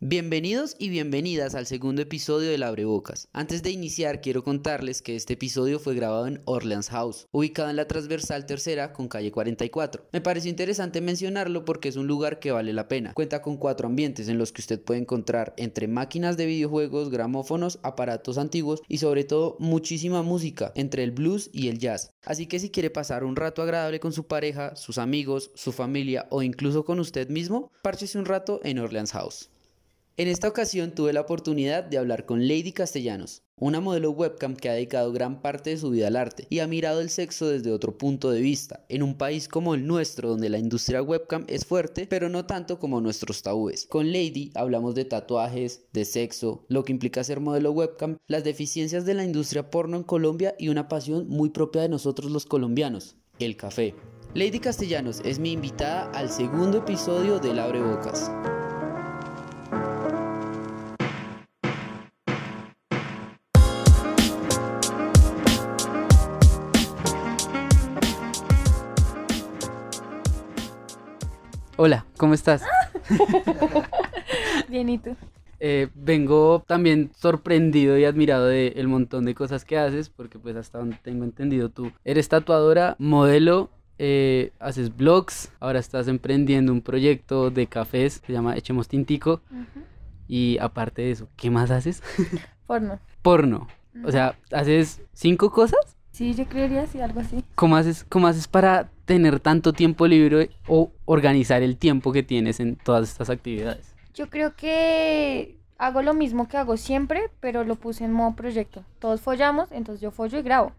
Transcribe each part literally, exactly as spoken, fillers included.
Bienvenidos y bienvenidas al segundo episodio del Abrebocas. Antes de iniciar, quiero contarles que este episodio fue grabado en Orleans House, ubicado en la transversal tercera con calle cuarenta y cuatro. Me pareció interesante mencionarlo porque es un lugar que vale la pena. Cuenta con cuatro ambientes en los que usted puede encontrar entre máquinas de videojuegos, gramófonos, aparatos antiguos y sobre todo muchísima música, entre el blues y el jazz. Así que si quiere pasar un rato agradable con su pareja, sus amigos, su familia o incluso con usted mismo, párchese un rato en Orleans House. En esta ocasión tuve la oportunidad de hablar con Lady Castellanos, una modelo webcam que ha dedicado gran parte de su vida al arte y ha mirado el sexo desde otro punto de vista, en un país como el nuestro donde la industria webcam es fuerte, pero no tanto como nuestros tabúes. Con Lady hablamos de tatuajes, de sexo, lo que implica ser modelo webcam, las deficiencias de la industria porno en Colombia y una pasión muy propia de nosotros los colombianos, el café. Lady Castellanos es mi invitada al segundo episodio del Abrebocas. Hola, ¿cómo estás? Bien, ¿y tú? Eh, vengo también sorprendido y admirado del montón de cosas que haces, porque pues hasta donde tengo entendido tú eres tatuadora, modelo, eh, haces blogs, ahora estás emprendiendo un proyecto de cafés, se llama Echemos Tintico, uh-huh. Y aparte de eso, ¿qué más haces? Porno. Porno, uh-huh. O sea, ¿haces cinco cosas? Sí, yo creería, sí, algo así. ¿Cómo haces, cómo haces para tener tanto tiempo libre o organizar el tiempo que tienes en todas estas actividades? Yo creo que hago lo mismo que hago siempre, pero lo puse en modo proyecto. Todos follamos, entonces yo follo y grabo.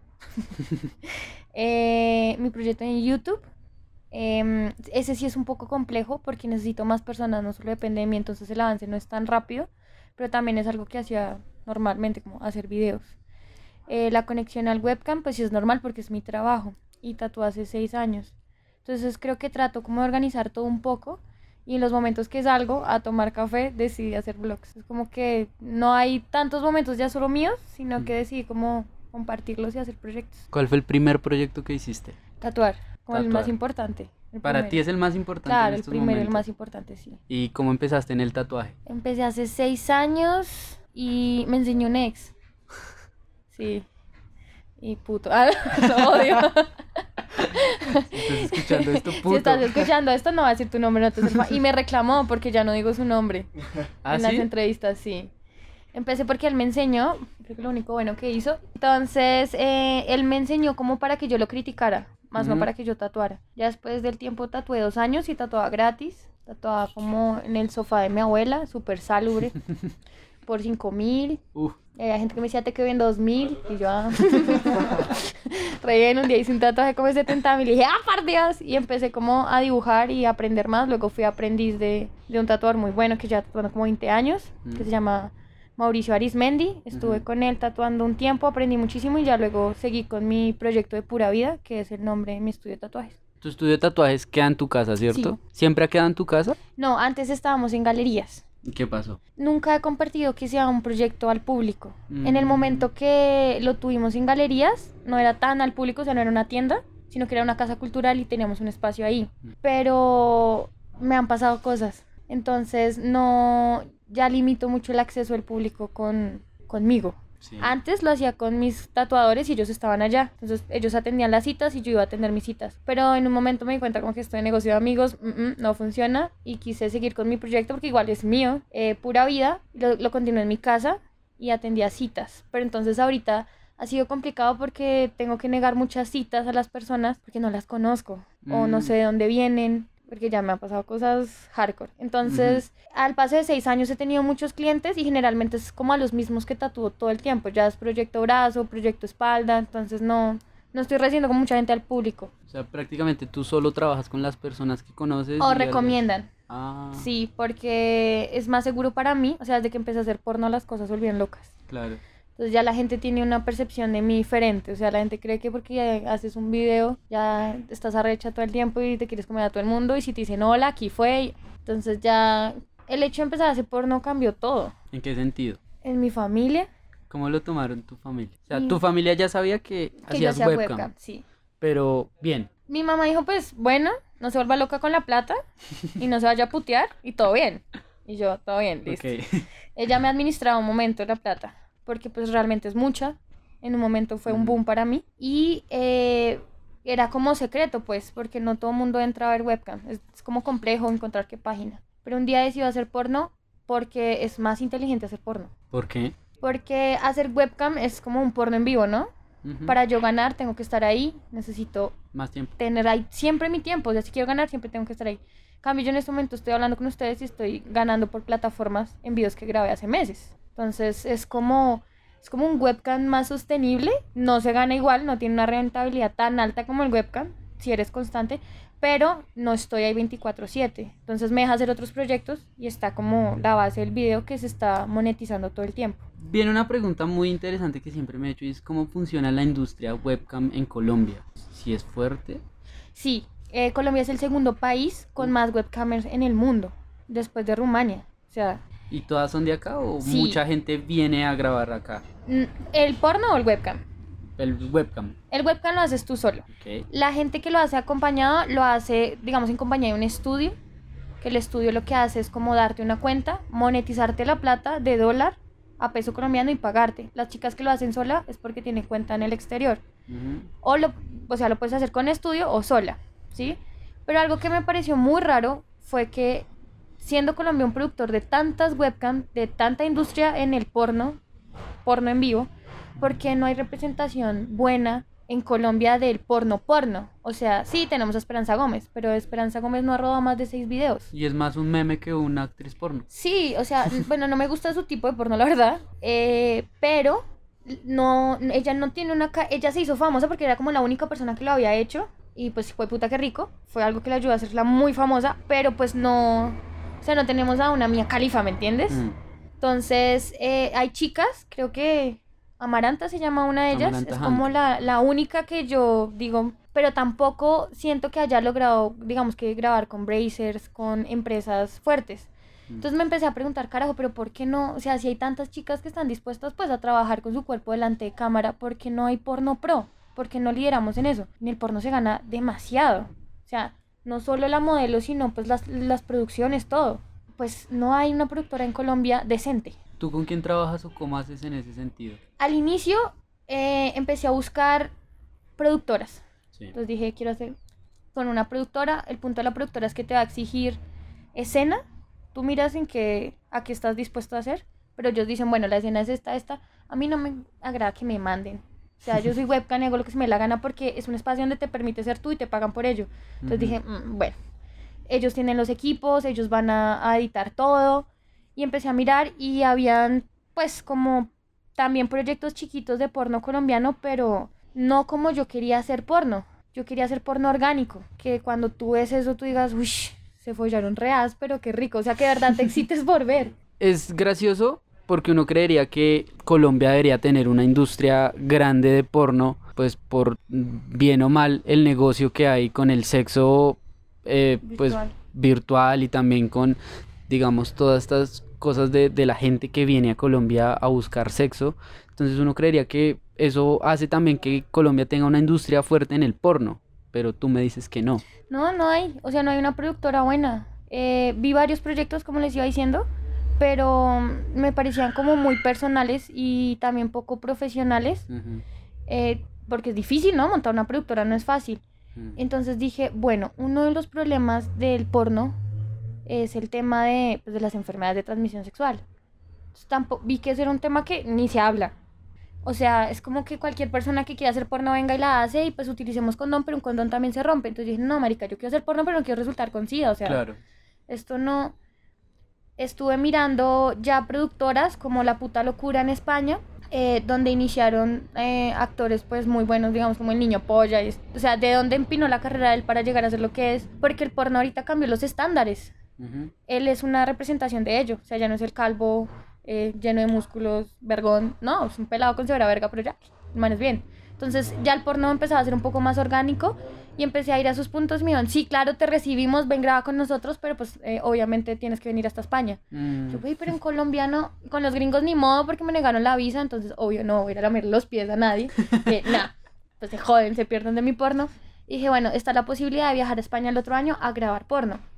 eh, mi proyecto en YouTube, eh, ese sí es un poco complejo porque necesito más personas, no solo depende de mí, entonces el avance no es tan rápido, pero también es algo que hacía normalmente, como hacer videos. Eh, la conexión al webcam pues sí es normal porque es mi trabajo y tatúo hace seis años, entonces creo que trato como de organizar todo un poco y en los momentos que salgo a tomar café decidí hacer vlogs. Es como que no hay tantos momentos ya solo míos, sino que decidí como compartirlos y hacer proyectos. ¿Cuál fue el primer proyecto que hiciste? Tatuar, como Tatuar. El más importante. El Para primero. ti es el más importante. Claro, en estos el primero, momentos. El más importante, sí. ¿Y cómo empezaste en el tatuaje? Empecé hace seis años y me enseñó un ex. Sí. Y puto. Ah, lo odio. Si estás escuchando esto, puto. Si estás escuchando esto, no va a decir tu nombre, no te sepa. Y me reclamó porque ya no digo su nombre. ¿Ah, en sí? las entrevistas, sí. Empecé porque él me enseñó, creo que lo único bueno que hizo. Entonces, eh, él me enseñó como para que yo lo criticara, más uh-huh. no para que yo tatuara. Ya después del tiempo tatué dos años y tatuaba gratis. Tatuaba como en el sofá de mi abuela, súper salubre, por cinco mil. Uh. Eh, hay gente que me decía, te quedo en dos mil, y yo, ah, re bien, un día hice un tatuaje como de setenta mil, y dije, ah, par Dios, y empecé como a dibujar y a aprender más. Luego fui aprendiz de, de un tatuador muy bueno, que ya tatuando como veinte años, mm. que se llama Mauricio Arismendi. Estuve uh-huh. con él tatuando un tiempo, aprendí muchísimo, y ya luego seguí con mi proyecto de Pura Vida, que es el nombre de mi estudio de tatuajes. Tu estudio de tatuajes queda en tu casa, ¿cierto? Sí. ¿Siempre ha quedado en tu casa? No, antes estábamos en galerías. ¿Qué pasó? Nunca he compartido que sea un proyecto al público. Mm. En el momento que lo tuvimos en galerías, no era tan al público, o sea, no era una tienda, sino que era una casa cultural y teníamos un espacio ahí. Mm. Pero me han pasado cosas. Entonces, no, ya limito mucho el acceso del público con, conmigo. Sí. Antes lo hacía con mis tatuadores y ellos estaban allá. Entonces ellos atendían las citas y yo iba a atender mis citas. Pero en un momento me di cuenta como que estoy en negocio de amigos, mm-mm, no funciona. Y quise seguir con mi proyecto porque igual es mío, eh, Pura Vida. Lo, lo continué en mi casa y atendía citas. Pero entonces ahorita ha sido complicado porque tengo que negar muchas citas a las personas porque no las conozco. Mm. O no sé de dónde vienen, porque ya me han pasado cosas hardcore. Entonces, uh-huh. al paso de seis años he tenido muchos clientes y generalmente es como a los mismos que tatúo todo el tiempo. Ya es proyecto brazo, proyecto espalda, entonces no, no estoy recibiendo con mucha gente al público. O sea, prácticamente tú solo trabajas con las personas que conoces. O recomiendan. Ah. Sí, porque es más seguro para mí. O sea, desde que empecé a hacer porno las cosas se volvieron locas. Claro. Entonces ya la gente tiene una percepción de mí diferente, o sea, la gente cree que porque haces un video ya estás arrecha todo el tiempo y te quieres comer a todo el mundo, y si te dicen hola, aquí fue, entonces ya el hecho de empezar a hacer porno cambió todo. ¿En qué sentido? En mi familia. ¿Cómo lo tomaron tu familia? O sea, y... tu familia ya sabía que, que hacías yo hacía webcam, webcam, sí. Pero bien. Mi mamá dijo, pues, bueno, no se vuelva loca con la plata y no se vaya a putear y todo bien. Y yo, todo bien, listo. Okay. Ella me administraba un momento la plata, porque pues realmente es mucha. En un momento fue un boom para mí. Y eh, era como secreto, pues, porque no todo el mundo entra a ver webcam. Es, es como complejo encontrar qué página. Pero un día decidí hacer porno porque es más inteligente hacer porno. ¿Por qué? Porque hacer webcam es como un porno en vivo, ¿no? Uh-huh. Para yo ganar tengo que estar ahí, necesito más tiempo. Tener ahí siempre mi tiempo, o sea, si quiero ganar siempre tengo que estar ahí. En cambio, yo en este momento estoy hablando con ustedes y estoy ganando por plataformas en videos que grabé hace meses. Entonces es como, es como un webcam más sostenible, no se gana igual, no tiene una rentabilidad tan alta como el webcam, si eres constante, pero no estoy ahí veinticuatro siete. Entonces me deja hacer otros proyectos y está como la base del video que se está monetizando todo el tiempo. Viene una pregunta muy interesante que siempre me he hecho y es ¿cómo funciona la industria webcam en Colombia? ¿Si es fuerte? Sí, eh, Colombia es el segundo país con más webcamers en el mundo, después de Rumania. O sea, ¿y todas son de acá o sí. mucha gente viene a grabar acá? ¿El porno o el webcam? El webcam. El webcam lo haces tú solo. Okay. La gente que lo hace acompañado lo hace, digamos, en compañía de un estudio, que el estudio lo que hace es como darte una cuenta, monetizarte la plata de dólar a peso colombiano y pagarte. Las chicas que lo hacen sola es porque tienen cuenta en el exterior. Uh-huh. O, lo, o sea, lo puedes hacer con estudio o sola, ¿sí? Pero algo que me pareció muy raro fue que, siendo Colombia un productor de tantas webcams, de tanta industria en el porno, porno en vivo, ¿por qué no hay representación buena en Colombia del porno porno? O sea, sí tenemos a Esperanza Gómez, pero Esperanza Gómez no ha rodado más de seis videos. Y es más un meme que una actriz porno. Sí, o sea, bueno, no me gusta su tipo de porno, la verdad, eh, pero no, ella no tiene una... Ca- ella se hizo famosa porque era como la única persona que lo había hecho, y pues fue puta que rico, fue algo que le ayudó a hacerla muy famosa, pero pues no, o sea, no tenemos a una Mia Khalifa, ¿me entiendes? Mm. Entonces, eh, hay chicas, creo que... Amaranta se llama una de ellas, Amaranta es como la, la única que yo digo, pero tampoco siento que haya logrado, digamos que grabar con Brazers, con empresas fuertes. Entonces me empecé a preguntar, carajo, pero ¿por qué no? O sea, si hay tantas chicas que están dispuestas pues a trabajar con su cuerpo delante de cámara, ¿por qué no hay porno pro? ¿Por qué no lideramos en eso? En el porno se gana demasiado, o sea, no solo la modelo, sino pues las, las producciones, todo. Pues no hay una productora en Colombia decente. ¿Tú con quién trabajas o cómo haces en ese sentido? Al inicio eh, empecé a buscar productoras. Sí. Entonces dije, quiero hacer con una productora. El punto de la productora es que te va a exigir escena. Tú miras en qué, a qué estás dispuesto a hacer. Pero ellos dicen, bueno, la escena es esta, esta. A mí no me agrada que me manden. O sea, yo soy webcam y hago lo que se me la gana porque es un espacio donde te permite ser tú y te pagan por ello. Entonces uh-huh. dije, mmm, bueno, ellos tienen los equipos, ellos van a, a editar todo. Y empecé a mirar y habían pues como también proyectos chiquitos de porno colombiano, pero no como yo quería hacer porno. Yo quería hacer porno orgánico, que cuando tú ves eso tú digas, uy, se follaron reas, pero qué rico, o sea que de verdad te excites por ver. Es gracioso porque uno creería que Colombia debería tener una industria grande de porno, pues por bien o mal el negocio que hay con el sexo eh, virtual. pues virtual y también con... digamos, todas estas cosas de, de la gente que viene a Colombia a buscar sexo. Entonces uno creería que eso hace también que Colombia tenga una industria fuerte en el porno, pero tú me dices que no. No, no hay, o sea, no hay una productora buena. Eh, vi varios proyectos, como les iba diciendo, pero me parecían como muy personales y también poco profesionales, uh-huh. eh, porque es difícil, ¿no? Montar una productora no es fácil. Uh-huh. Entonces dije, bueno, uno de los problemas del porno es el tema de, pues, de las enfermedades de transmisión sexual. Entonces, tampoco, vi que ese era un tema que ni se habla. O sea, es como que cualquier persona que quiera hacer porno venga y la hace y pues utilicemos condón, pero un condón también se rompe. Entonces dije, no, marica, yo quiero hacer porno, pero no quiero resultar con SIDA. O sea, claro. Esto no... Estuve mirando ya productoras como La Puta Locura en España, eh, donde iniciaron eh, actores pues muy buenos, digamos como el Niño Polla. Y, o sea, de dónde empinó la carrera de él para llegar a ser lo que es. Porque el porno ahorita cambió los estándares. Uh-huh. Él es una representación de ello, o sea, ya no es el calvo eh, lleno de músculos, vergón, no, es un pelado con severa verga, pero ya, el man es bien. Entonces ya el porno empezaba a ser un poco más orgánico y empecé a ir a sus puntos y me dijeron, sí, claro, te recibimos, ven, graba con nosotros, pero pues eh, obviamente tienes que venir hasta España. Mm. Yo, güey, pero en colombiano, con los gringos ni modo porque me negaron la visa, entonces obvio no voy a ir a lamer los pies a nadie, eh, nada, pues se joden, se pierden de mi porno. Y dije, bueno, está la posibilidad de viajar a España el otro año a grabar porno.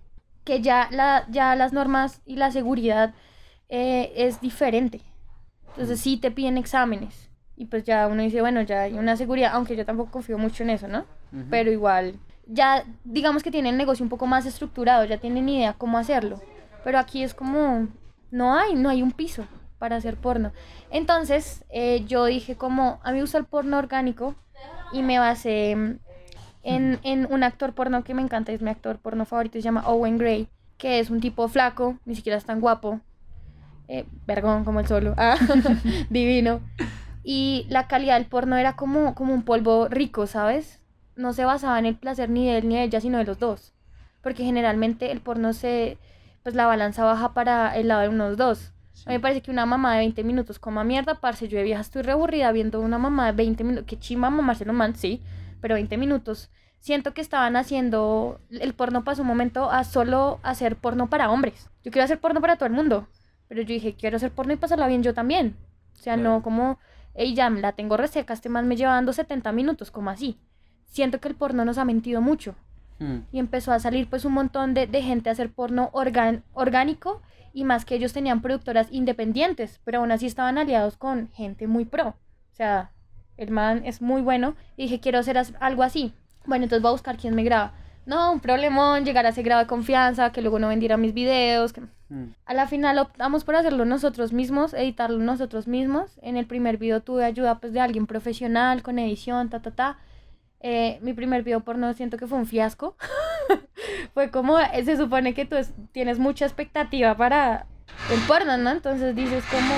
que ya, la, ya las normas y la seguridad eh, es diferente. Entonces sí te piden exámenes. Y pues ya uno dice, bueno, ya hay una seguridad, aunque yo tampoco confío mucho en eso, ¿no? Uh-huh. Pero igual, ya digamos que tienen el negocio un poco más estructurado, ya tienen idea cómo hacerlo. Pero aquí es como, no hay, no hay un piso para hacer porno. Entonces eh, yo dije como, a mí me gusta el porno orgánico y me basé en, en un actor porno que me encanta, es mi actor porno favorito, se llama Owen Gray, que es un tipo flaco, ni siquiera es tan guapo, eh, vergón como el solo, ah, divino. Y la calidad del porno era como, como un polvo rico, ¿sabes? No se basaba en el placer ni de él ni de ella, sino de los dos. Porque generalmente el porno se, pues la balanza baja para el lado de unos dos. Sí. A mí me parece que una mamá de veinte minutos coma mierda, parce, yo de vieja estoy re aburrida viendo una mamá de veinte minutos, que chima mamárselo man, sí, pero veinte minutos. Siento que estaban haciendo, el porno pasó un momento a solo hacer porno para hombres. Yo quiero hacer porno para todo el mundo, pero yo dije, quiero hacer porno y pasarla bien yo también. O sea, claro. No como, ey, ya la tengo reseca, este man me lleva dando setenta minutos, como así. Siento que el porno nos ha mentido mucho. Hmm. Y empezó a salir pues un montón de, de gente a hacer porno organ, orgánico, y más que ellos tenían productoras independientes, pero aún así estaban aliados con gente muy pro. O sea, el man es muy bueno, y dije, quiero hacer algo así. Bueno, entonces voy a buscar quién me graba. No, un problemón, llegar a ese grado de confianza, que luego no vendiera mis videos. Que... Mm. A la final optamos por hacerlo nosotros mismos, editarlo nosotros mismos. En el primer video tuve ayuda pues de alguien profesional, con edición, ta, ta, ta. Eh, mi primer video porno siento que fue un fiasco. Fue como, se supone que tú es, tienes mucha expectativa para el porno, ¿no? Entonces dices como...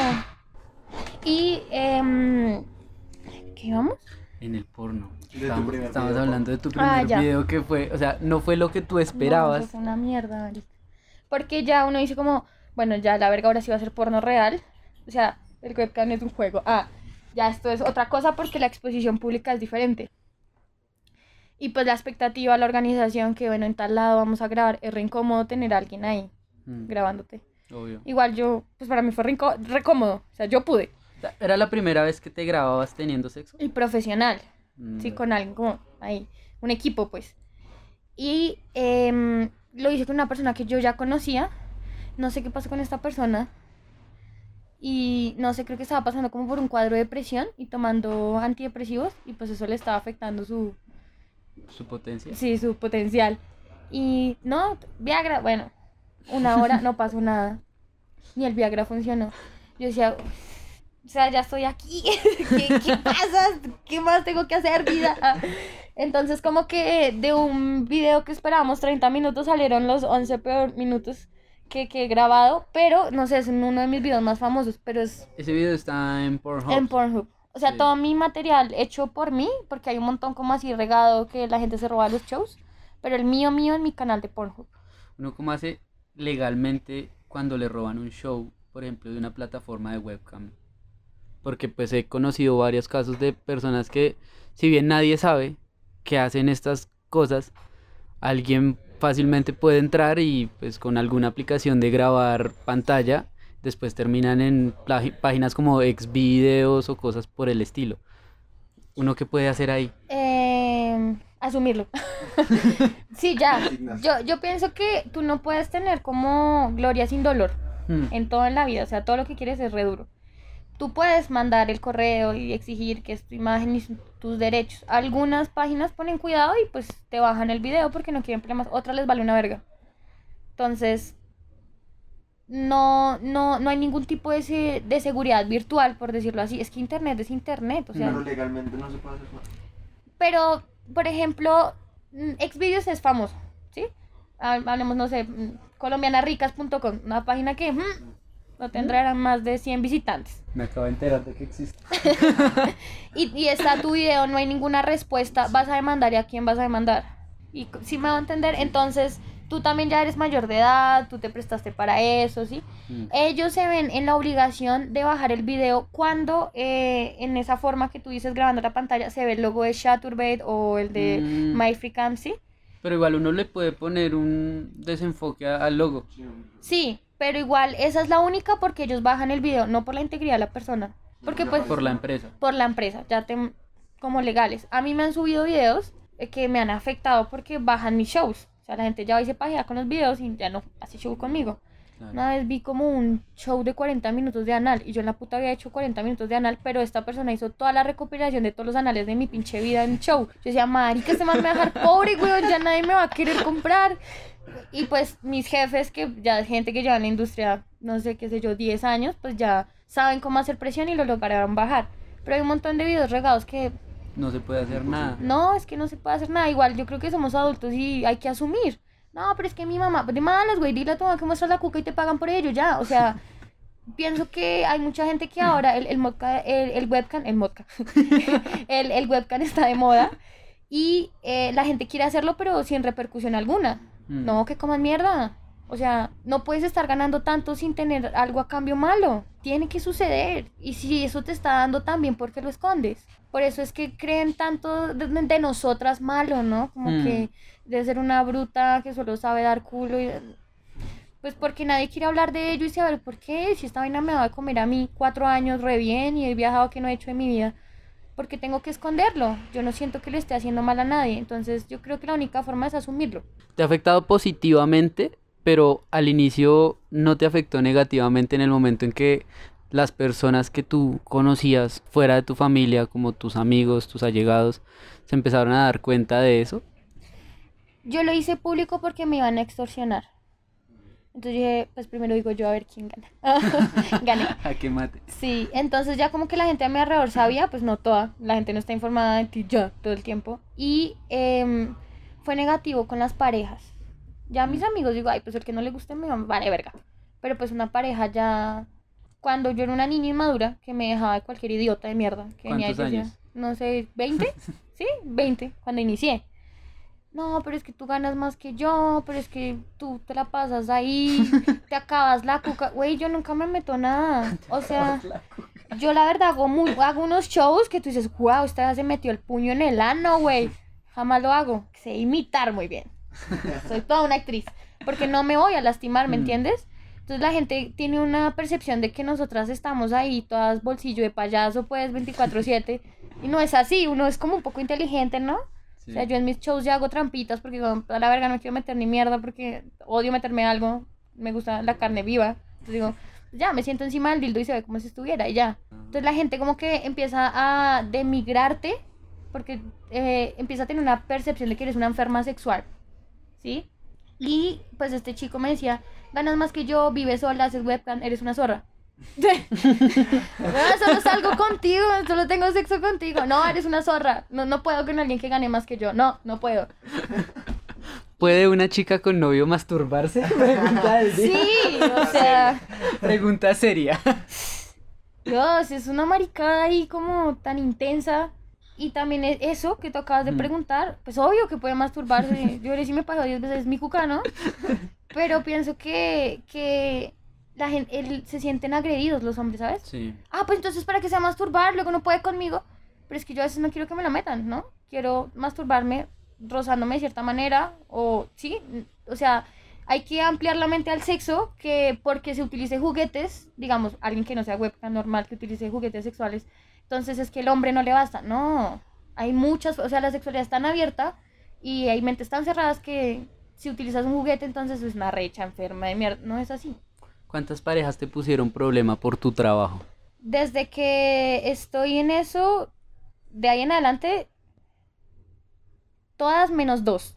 Y, eh, ¿qué vamos? En el porno. Estamos, estamos hablando de tu primer ah, video que fue, o sea, no fue lo que tú esperabas. No, eso fue una mierda, marica. Porque ya uno dice como, bueno, ya la verga ahora sí va a ser porno real. O sea, el webcam es un juego. Ah, ya esto es otra cosa porque la exposición pública es diferente. Y pues la expectativa, la organización, que bueno, en tal lado vamos a grabar, es re incómodo tener a alguien ahí mm. grabándote. Obvio. Igual yo, pues para mí fue re, inco- re cómodo, o sea, yo pude. ¿Era la primera vez que te grababas teniendo sexo? Y profesional, mm. sí, con alguien como ahí, un equipo pues. Y eh, lo hice con una persona que yo ya conocía, no sé qué pasó con esta persona. Y no sé, creo que estaba pasando como por un cuadro de depresión y tomando antidepresivos, y pues eso le estaba afectando su... ¿Su potencia? Sí, su potencial. Y no, Viagra, bueno, una hora no pasó nada. Ni el Viagra funcionó. Yo decía, o sea, ya estoy aquí. ¿Qué, ¿Qué pasa? ¿Qué más tengo que hacer, vida? Entonces, como que de un video que esperábamos treinta minutos salieron los once peor minutos que, que he grabado. Pero, no sé, es uno de mis videos más famosos. Pero es... Ese video está en Pornhub. En Pornhub. O sea, sí. Todo mi material hecho por mí, porque hay un montón como así regado que la gente se roba los shows, pero el mío, mío en mi canal de Pornhub. Uno cómo hace legalmente cuando le roban un show, por ejemplo, de una plataforma de webcam. Porque pues he conocido varios casos de personas que, si bien nadie sabe que hacen estas cosas, alguien fácilmente puede entrar y pues con alguna aplicación de grabar pantalla, después terminan en pl- páginas como Xvideos o cosas por el estilo. ¿Uno qué puede hacer ahí? Eh, asumirlo. Sí, ya. Yo, yo pienso que tú no puedes tener como gloria sin dolor hmm. en todo en la vida. O sea, todo lo que quieres es re duro. Tú puedes mandar el correo y exigir que es tu imagen y tus derechos. Algunas páginas ponen cuidado y pues te bajan el video porque no quieren problemas. Otras les vale una verga. Entonces... No, no, no hay ningún tipo de, se, de seguridad virtual, por decirlo así. Es que internet es internet, o sea... Pero legalmente no se puede hacer nada. Pero, por ejemplo, Xvideos es famoso, ¿sí? Hablemos, no sé, colombiana ricas punto com, una página que hmm, no tendrá más de cien visitantes. Me acabo de enterar de que existe. y, y está tu video, no hay ninguna respuesta, vas a demandar, ¿y a quién vas a demandar? Y si me va a entender, entonces... Tú también ya eres mayor de edad, tú te prestaste para eso, ¿sí? Mm. Ellos se ven en la obligación de bajar el video cuando eh, en esa forma que tú dices grabando la pantalla se ve el logo de Chaturbate o el de mm. MyFreeCam, ¿sí? Pero igual uno le puede poner un desenfoque al logo. Sí, pero igual esa es la única porque ellos bajan el video, no por la integridad de la persona. Porque pues... Por la empresa. Por la empresa, ya te... como legales. A mí me han subido videos que me han afectado porque bajan mis shows. sea, la gente ya va y se pajea con los videos y ya no hace show conmigo. Claro. Una vez vi como un show de cuarenta minutos de anal y yo en la puta había hecho cuarenta minutos de anal, pero esta persona hizo toda la recopilación de todos los anales de mi pinche vida en show. Yo decía, marica, este man me va a dejar pobre, weón, ya nadie me va a querer comprar. Y pues mis jefes, que ya es gente que lleva en la industria, no sé, qué sé yo, diez años, pues ya saben cómo hacer presión y lo lograron bajar. Pero hay un montón de videos regados que... no se puede hacer nada. No, es que no se puede hacer nada. Igual yo creo que somos adultos y hay que asumir. No, pero es que mi mamá, de malas, güey, dile a tu mamá que muestras la cuca y te pagan por ello, ya. O sea, pienso que hay mucha gente que ahora el, el, modca, el, el webcam, el modca, el, el webcam está de moda y eh, la gente quiere hacerlo pero sin repercusión alguna. Mm. No, que coman mierda. O sea, no puedes estar ganando tanto sin tener algo a cambio malo. Tiene que suceder. Y si eso te está dando tan bien, ¿por qué lo escondes? Por eso es que creen tanto de, de nosotras malo, ¿no? Como mm. que de ser una bruta que solo sabe dar culo. Y, pues porque nadie quiere hablar de ello y saber por qué. Si esta vaina me va a comer a mí cuatro años re bien y he viajado que no he hecho en mi vida, ¿por qué tengo que esconderlo? Yo no siento que le esté haciendo mal a nadie. Entonces yo creo que la única forma es asumirlo. ¿Te ha afectado positivamente? Pero al inicio no te afectó negativamente en el momento en que las personas que tú conocías fuera de tu familia, como tus amigos, tus allegados, se empezaron a dar cuenta de eso. Yo lo hice público porque me iban a extorsionar. Entonces dije, pues primero digo yo a ver quién gana. Gané. A que mate. Sí, entonces ya como que la gente a mi alrededor sabía, pues no toda, la gente no está informada de ti ya todo el tiempo. Y eh, fue negativo con las parejas. Ya mis amigos digo, ay, pues el que no le guste me vale verga. Pero pues una pareja ya... Cuando yo era una niña inmadura, que me dejaba de cualquier idiota de mierda. Que ¿Cuántos venía años? Decía, no sé, ¿veinte? Sí, veinte, cuando inicié. No, pero es que tú ganas más que yo, pero es que tú te la pasas ahí, te acabas la cuca. Güey, yo nunca me meto nada. O sea, yo la verdad hago, muy, hago unos shows que tú dices, wow, esta se metió el puño en el ano, güey. Jamás lo hago. Sé imitar muy bien. Soy toda una actriz, porque no me voy a lastimar, ¿me entiendes? Entonces la gente tiene una percepción de que nosotras estamos ahí todas bolsillo de payaso, pues veinticuatro siete, y no es así, uno es como un poco inteligente, ¿no? Sí. O sea, yo en mis shows ya hago trampitas porque a la verga no quiero meter ni mierda porque odio meterme algo, me gusta la carne viva, entonces digo, ya, me siento encima del dildo y se ve como si estuviera y ya. Entonces la gente como que empieza a demigrarte porque eh, empieza a tener una percepción de que eres una enferma sexual, ¿sí? Y pues este chico me decía, ganas más que yo, vives sola, haces webcam, eres una zorra. No, solo salgo contigo, solo tengo sexo contigo. No, eres una zorra. No, no puedo con alguien que gane más que yo. No, no puedo. ¿Puede una chica con novio masturbarse? Pregunta del día. Sí, o sea... Pregunta seria. Dios, es una maricada ahí como tan intensa. Y también es eso que tú acabas de preguntar, pues obvio que puede masturbarse. Yo le sí me pasó diez veces mi cuca, ¿no? Pero pienso que, que la gente, él, se sienten agredidos los hombres, ¿sabes? Sí. Ah, pues entonces para que sea masturbar, luego no puede conmigo. Pero es que yo a veces no quiero que me la metan, ¿no? Quiero masturbarme rozándome de cierta manera, o sí, o sea, hay que ampliar la mente al sexo, que porque se utilice juguetes, digamos, alguien que no sea webcam normal, que utilice juguetes sexuales, entonces es que el hombre no le basta. No, hay muchas, o sea, la sexualidad es tan abierta y hay mentes tan cerradas que si utilizas un juguete entonces es una recha enferma de mierda. No es así. ¿Cuántas parejas te pusieron problema por tu trabajo? Desde que estoy en eso, de ahí en adelante, todas menos dos.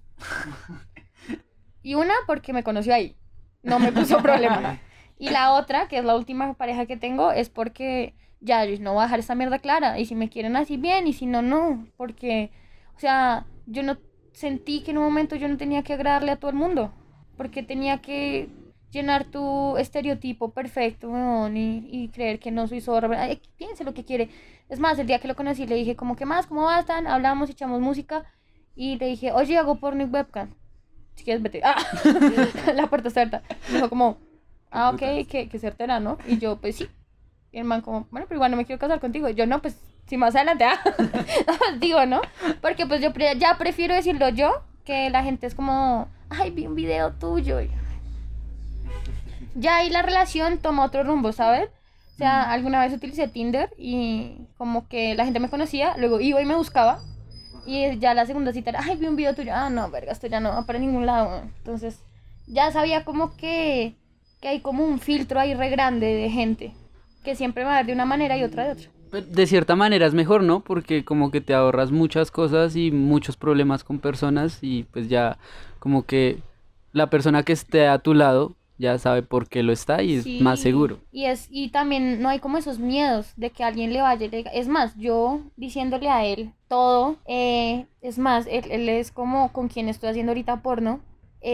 Y una porque me conoció ahí, no me puso problema. Y la otra, que es la última pareja que tengo, es porque ya yo no voy a dejar esa mierda clara. Y si me quieren así bien, y si no, no. Porque, o sea, yo no sentí que en un momento yo no tenía que agradarle a todo el mundo. Porque tenía que llenar tu estereotipo perfecto, weón, y, y creer que no soy zorra. Ay, piense lo que quiere. Es más, el día que lo conocí le dije, como, ¿qué más? ¿Cómo vas? Tan? Hablamos, echamos música. Y le dije, oye, hago porno y webcam. Si quieres, vete. ¡Ah! La puerta está abierta. Me dijo como, ah, ok, que, que certera, ¿no? Y yo, pues sí. Y el man como, bueno, pero igual no me quiero casar contigo. Y yo, no, pues, si más adelante, ah. Digo, ¿no? Porque pues yo pre- ya prefiero decirlo yo, que la gente es como, ay, vi un video tuyo. Y ya ahí la relación toma otro rumbo, ¿sabes? O sea, alguna vez utilicé Tinder y como que la gente me conocía, luego iba y me buscaba. Y ya la segunda cita era, ay, vi un video tuyo. Ah, no, verga, esto ya no va para ningún lado. Entonces, ya sabía como que, que hay como un filtro ahí re grande de gente. Que siempre va a haber de una manera y otra de otra. De cierta manera es mejor, ¿no? Porque como que te ahorras muchas cosas y muchos problemas con personas y pues ya como que la persona que esté a tu lado ya sabe por qué lo está y es Sí, más seguro. Y es y también no hay como esos miedos de que alguien le vaya y le diga. Es más, yo diciéndole a él todo, eh, es más, él, él es como con quien estoy haciendo ahorita porno,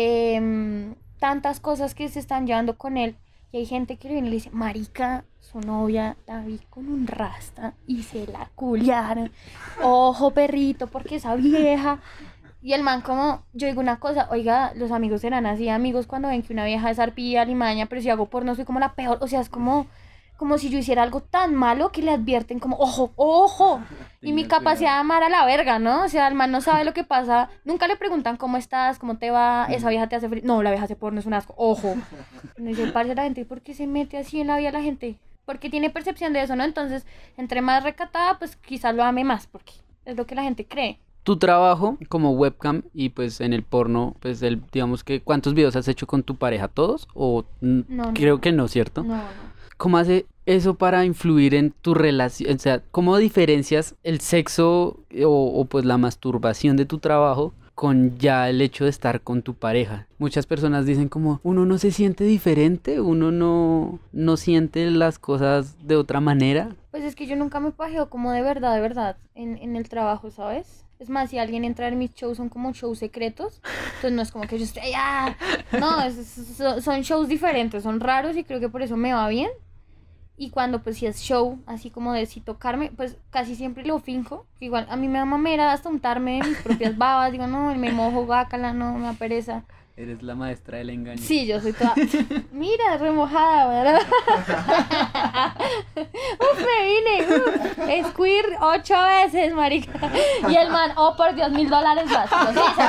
eh, tantas cosas que se están llevando con él. Y hay gente que le viene y le dice, marica, su novia la vi con un rasta y se la culiaron. Ojo, perrito, porque esa vieja... Y el man como, yo digo una cosa, oiga, los amigos serán así, amigos, cuando ven que una vieja es arpía, limaña, pero si hago porno soy como la peor, o sea, es como, como si yo hiciera algo tan malo que le advierten como, ojo, ojo, y mi capacidad de amar a la verga, ¿no? O sea, el man no sabe lo que pasa, nunca le preguntan cómo estás, cómo te va, esa vieja te hace feliz, no, la vieja hace porno, es un asco, ojo. Y me dice, parce, la gente, ¿por qué se mete así en la vida la gente? Porque tiene percepción de eso, ¿no? Entonces, entre más recatada, pues quizás lo ame más, porque es lo que la gente cree. Tu trabajo como webcam y pues en el porno, pues el, digamos que ¿cuántos videos has hecho con tu pareja? ¿Todos? O n- No, creo no. que no, ¿cierto? No, no. ¿Cómo hace eso para influir en tu relación? O sea, ¿cómo diferencias el sexo o, o pues la masturbación de tu trabajo con ya el hecho de estar con tu pareja? Muchas personas dicen como, uno no se siente diferente, uno no, no siente las cosas de otra manera. Pues es que yo nunca me pajeo como de verdad, de verdad, en, en el trabajo, ¿sabes? Es más, si alguien entra en mis shows, son como shows secretos. Entonces no es como que yo esté allá. No, es, es- son son shows diferentes, son raros y creo que por eso me va bien. Y cuando pues si es show, así como de si tocarme, pues casi siempre lo finjo. Igual a mí me da mamera hasta untarme mis propias babas. Digo, no, me mojo, guácala, no, me da pereza. Eres la maestra del engaño. Sí, yo soy toda... Mira, remojada, ¿verdad? Uf, me vine. Uf. Squirt ocho veces, marica. Y el man, oh, por Dios, mil dólares más. Yo, sí,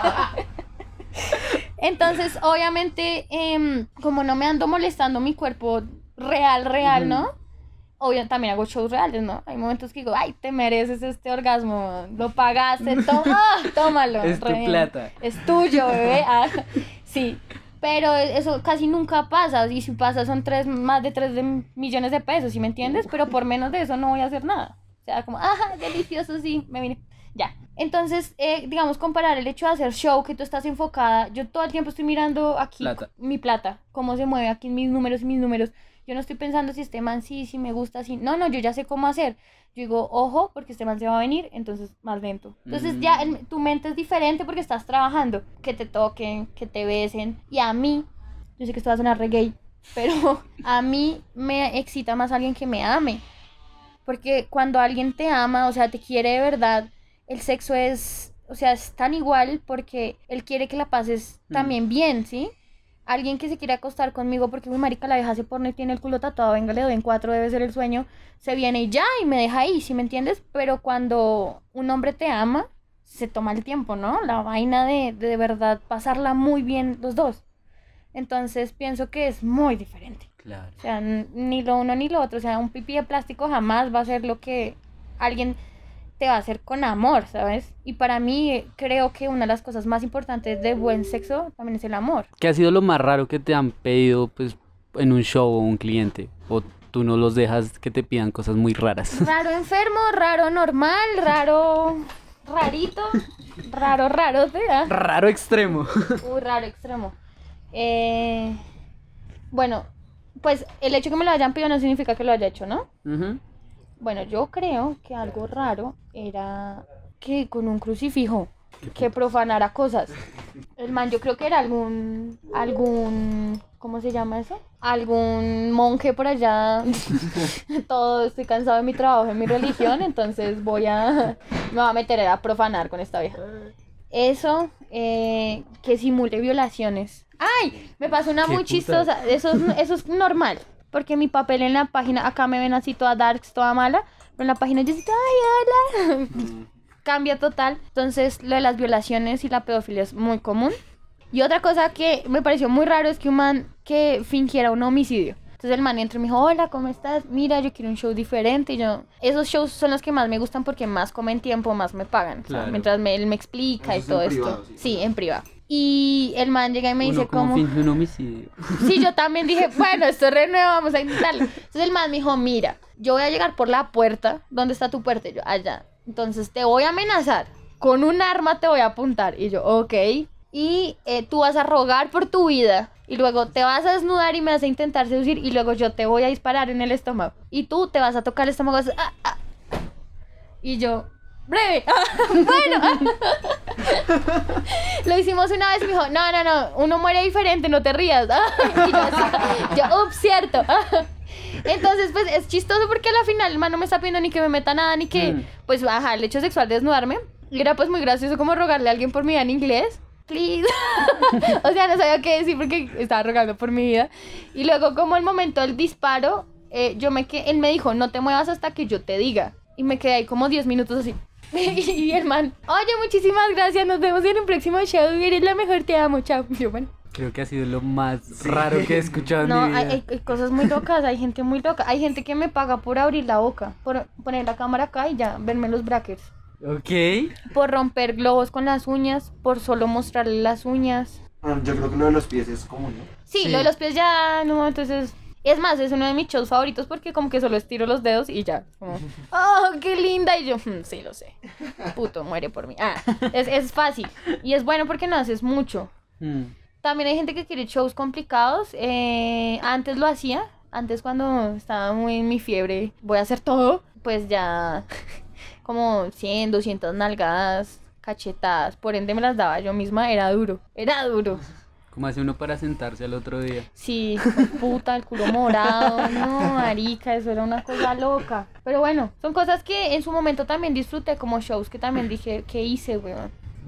se- Entonces, obviamente, em, como no me ando molestando mi cuerpo real, real, ¿no? Obvio, también hago shows reales, ¿no? Hay momentos que digo, ay, te mereces este orgasmo, lo pagaste, toma, tómalo. Es tu re bien. plata. Es tuyo, bebé. Ah, sí, pero eso casi nunca pasa, y si pasa son tres, más de tres de millones de pesos, ¿sí me entiendes? Pero por menos de eso no voy a hacer nada. O sea, como, ajá, delicioso, sí, me vine. Ya. Entonces, eh, digamos, comparar el hecho de hacer show, que tú estás enfocada, yo todo el tiempo estoy mirando aquí Plata. mi plata, cómo se mueve aquí mis números y mis números. Yo no estoy pensando si este man sí, si me gusta, si... No, no, yo ya sé cómo hacer. Yo digo, ojo, porque este man se va a venir, entonces más lento. Entonces Mm. ya el- tu mente es diferente porque estás trabajando. Que te toquen, que te besen. Y a mí, yo sé que esto va a sonar re gay, pero a mí me excita más alguien que me ame. Porque cuando alguien te ama, o sea, te quiere de verdad, el sexo es, o sea, es tan igual porque él quiere que la pases Mm. también bien, ¿sí? Alguien que se quiere acostar conmigo porque, uy, marica, la vieja hace porno y tiene el culo tatuado, venga, le doy en cuatro, debe ser el sueño, se viene y ya, y me deja ahí, ¿sí me entiendes? Pero cuando un hombre te ama, se toma el tiempo, ¿no? La vaina de, de, de verdad pasarla muy bien los dos. Entonces pienso que es muy diferente. Claro. O sea, n- ni lo uno ni lo otro. O sea, un pipí de plástico jamás va a ser lo que alguien te va a hacer con amor, ¿sabes? Y para mí eh, creo que una de las cosas más importantes de buen sexo también es el amor. ¿Qué ha sido lo más raro que te han pedido pues en un show o un cliente? ¿O tú no los dejas que te pidan cosas muy raras? Raro enfermo, raro normal, raro rarito, raro raro, ¿verdad? Raro extremo. Uy, raro extremo. Eh, bueno, pues el hecho que me lo hayan pedido no significa que lo haya hecho, ¿no? Ujú. Bueno, yo creo que algo raro era que con un crucifijo que profanara cosas. El man, yo creo que era algún, algún, ¿cómo se llama eso? Algún monje por allá. Todo, estoy cansado de mi trabajo, de mi religión, entonces voy a, me voy a meter a profanar con esta vieja. Eso, eh, que simule violaciones. ¡Ay! Me pasó una ¡Qué muy putas! chistosa. Eso es, eso es normal. Porque mi papel en la página, acá me ven así toda darks, toda mala. Pero en la página yo así, ¡ay, hola! Cambia total. Entonces, lo de las violaciones y la pedofilia es muy común. Y otra cosa que me pareció muy raro es que un man que fingiera un homicidio. Entonces el man entró y me dijo, hola, ¿cómo estás? Mira, yo quiero un show diferente. Y yo, esos shows son los que más me gustan porque más comen tiempo, más me pagan. Claro. O sea, mientras me, él me explica Eso y todo es en esto. privado, sí. Sí, en privado. Y el man llega y me Uno dice como como... finge un homicidio. Sí, yo también dije, bueno, esto es re nuevo, vamos a intentarlo. Entonces el man me dijo, mira, yo voy a llegar por la puerta. ¿Dónde está tu puerta? Y yo, allá. Entonces te voy a amenazar. Con un arma te voy a apuntar. Y yo, ok. Y eh, tú vas a rogar por tu vida. Y luego te vas a desnudar y me vas a intentar seducir. Y luego yo te voy a disparar en el estómago. Y tú te vas a tocar el estómago. Vas a- ah, ah. Y yo, breve. Bueno. Lo hicimos una vez y me dijo, no, no, no. Uno muere diferente, no te rías. Y yo, así, yo ups, cierto. Entonces, pues, es chistoso porque a la final el man no me está pidiendo ni que me meta nada, ni que, Mm. pues, baja el hecho sexual de desnudarme. Y era, pues, muy gracioso como rogarle a alguien por mi vida en inglés. Please. O sea, no sabía qué decir porque estaba rogando por mi vida. Y luego, como el momento del disparo, eh, yo me quedé, él me dijo, no te muevas hasta que yo te diga. Y me quedé ahí como diez minutos así. Y el man, oye, muchísimas gracias, nos vemos en un próximo show, eres la mejor, te amo, chao. Y yo, bueno. Creo que ha sido lo más raro que he escuchado en No, mi vida. hay, hay- hay cosas muy locas, hay gente muy loca. Hay gente que me paga por abrir la boca, por poner la cámara acá y ya, verme los brackets. Ok. Por romper globos con las uñas, por solo mostrarle las uñas. Ah, yo creo que lo de los pies es común, ¿no? Sí, Sí. lo de los pies ya, no, entonces... Es más, es uno de mis shows favoritos porque como que solo estiro los dedos y ya. Como, oh, qué linda. Y yo, "Mm, sí, lo sé. Puto, muere por mí. Ah, es, es fácil. Y es bueno porque no haces mucho. Mm. También hay gente que quiere shows complicados. Eh, antes lo hacía. Antes cuando estaba muy en mi fiebre, voy a hacer todo. Pues ya como cien, doscientas nalgadas, cachetadas. Por ende me las daba yo misma. Era duro. Era duro. ¿Cómo hace uno para sentarse al otro día? Sí, puta, el culo morado. No, marica, eso era una cosa loca. Pero bueno, son cosas que en su momento también disfruté como shows que también dije, ¿qué hice, weón?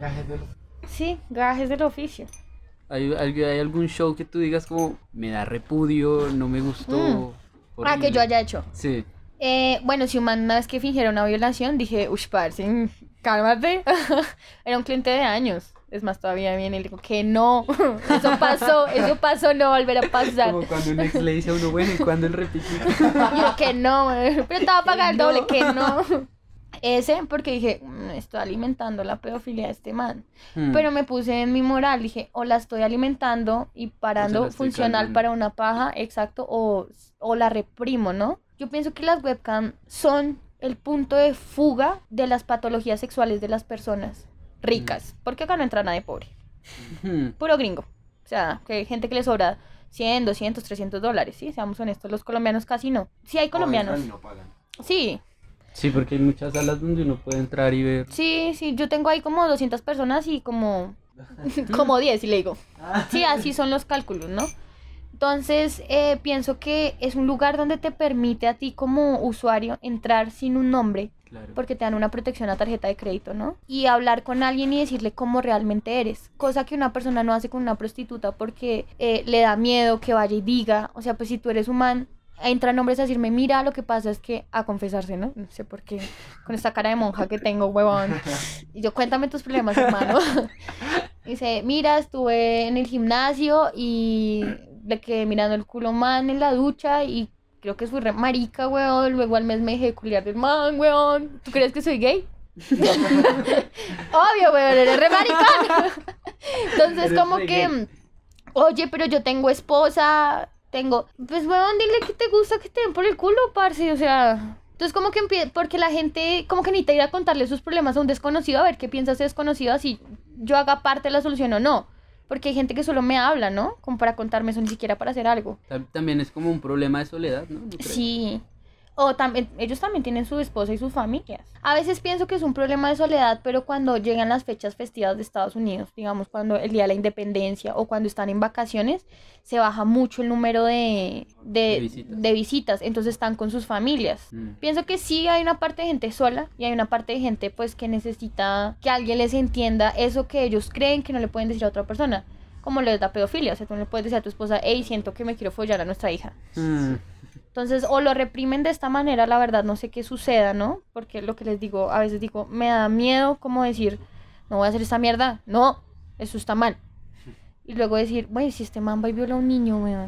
Sí, gajes del oficio. ¿Hay, hay, hay algún show que tú digas como me da repudio, no me gustó? Mm. Ah, horrible"? que yo haya hecho. Sí. Eh, bueno, si un man una vez que fingiera una violación, dije, uy, parce, mm, cálmate. Era un cliente de años. Es más, todavía viene y le digo que no. Eso pasó, eso pasó, no volverá a pasar. Como cuando un ex le dice a uno, bueno, ¿y cuándo el repite? Yo que no, eh, pero te va a pagar el no. doble, que no. Ese, porque dije, "Mm, estoy alimentando la pedofilia de este man. Hmm. Pero me puse en mi moral, dije, o la estoy alimentando y parando O se la estoy funcional calmando. para una paja, exacto, o, o la reprimo, ¿no? Yo pienso que las webcam son el punto de fuga de las patologías sexuales de las personas ricas, porque acá no entra nadie pobre, Hmm. puro gringo. O sea, que hay gente que le sobra cien, doscientos, trescientos dólares, ¿sí? Seamos honestos, los colombianos casi no. Sí hay colombianos, O entran y no pagan. sí, Sí, porque hay muchas salas donde uno puede entrar y ver. sí, sí, yo tengo ahí como doscientas personas y como, como diez y le digo, sí, así son los cálculos, ¿no? Entonces, eh, pienso que es un lugar donde te permite a ti como usuario entrar sin un nombre, Claro. porque te dan una protección a tarjeta de crédito, ¿no? Y hablar con alguien y decirle cómo realmente eres, cosa que una persona no hace con una prostituta porque eh, le da miedo que vaya y diga, o sea, pues si tú eres un man, entran hombres a decirme, mira, lo que pasa es que, a confesarse, ¿no? No sé por qué, con esta cara de monja que tengo, huevón. Y yo, cuéntame tus problemas, hermano. Dice, mira, estuve en el gimnasio y le quedé mirando el culo man en la ducha y creo que fui re marica, weón. Luego al mes me dejé de culiar del man, weón. ¿Tú crees que soy gay? Obvio, weón, eres re maricón. Entonces, Eres como re que, gay. oye, pero yo tengo esposa, tengo... Pues, weón, dile que te gusta que te den por el culo, parce, o sea... Entonces, como que empie... Porque la gente como que necesita ir a contarle sus problemas a un desconocido, a ver qué piensa ese desconocido, así yo haga parte de la solución o no. Porque hay gente que solo me habla, ¿no? Como para contarme eso, ni siquiera para hacer algo. Tam- También es como un problema de soledad, ¿no? Yo creo. Sí. O también, ellos también tienen su esposa y sus familias. A veces pienso que es un problema de soledad, pero cuando llegan las fechas festivas de Estados Unidos, digamos cuando el día de la independencia o cuando están en vacaciones, se baja mucho el número de, de, De visitas. de visitas, entonces están con sus familias. Mm. Pienso que sí hay una parte de gente sola y hay una parte de gente pues que necesita que alguien les entienda eso que ellos creen que no le pueden decir a otra persona. Como lo de la pedofilia, o sea, tú no le puedes decir a tu esposa, hey, siento que me quiero follar a nuestra hija. Mm. Entonces, o lo reprimen de esta manera, la verdad, no sé qué suceda, ¿no? Porque lo que les digo, a veces digo, me da miedo como decir, no voy a hacer esta mierda, no, eso está mal. Y luego decir, bueno, si este man va y viola a un niño, weón,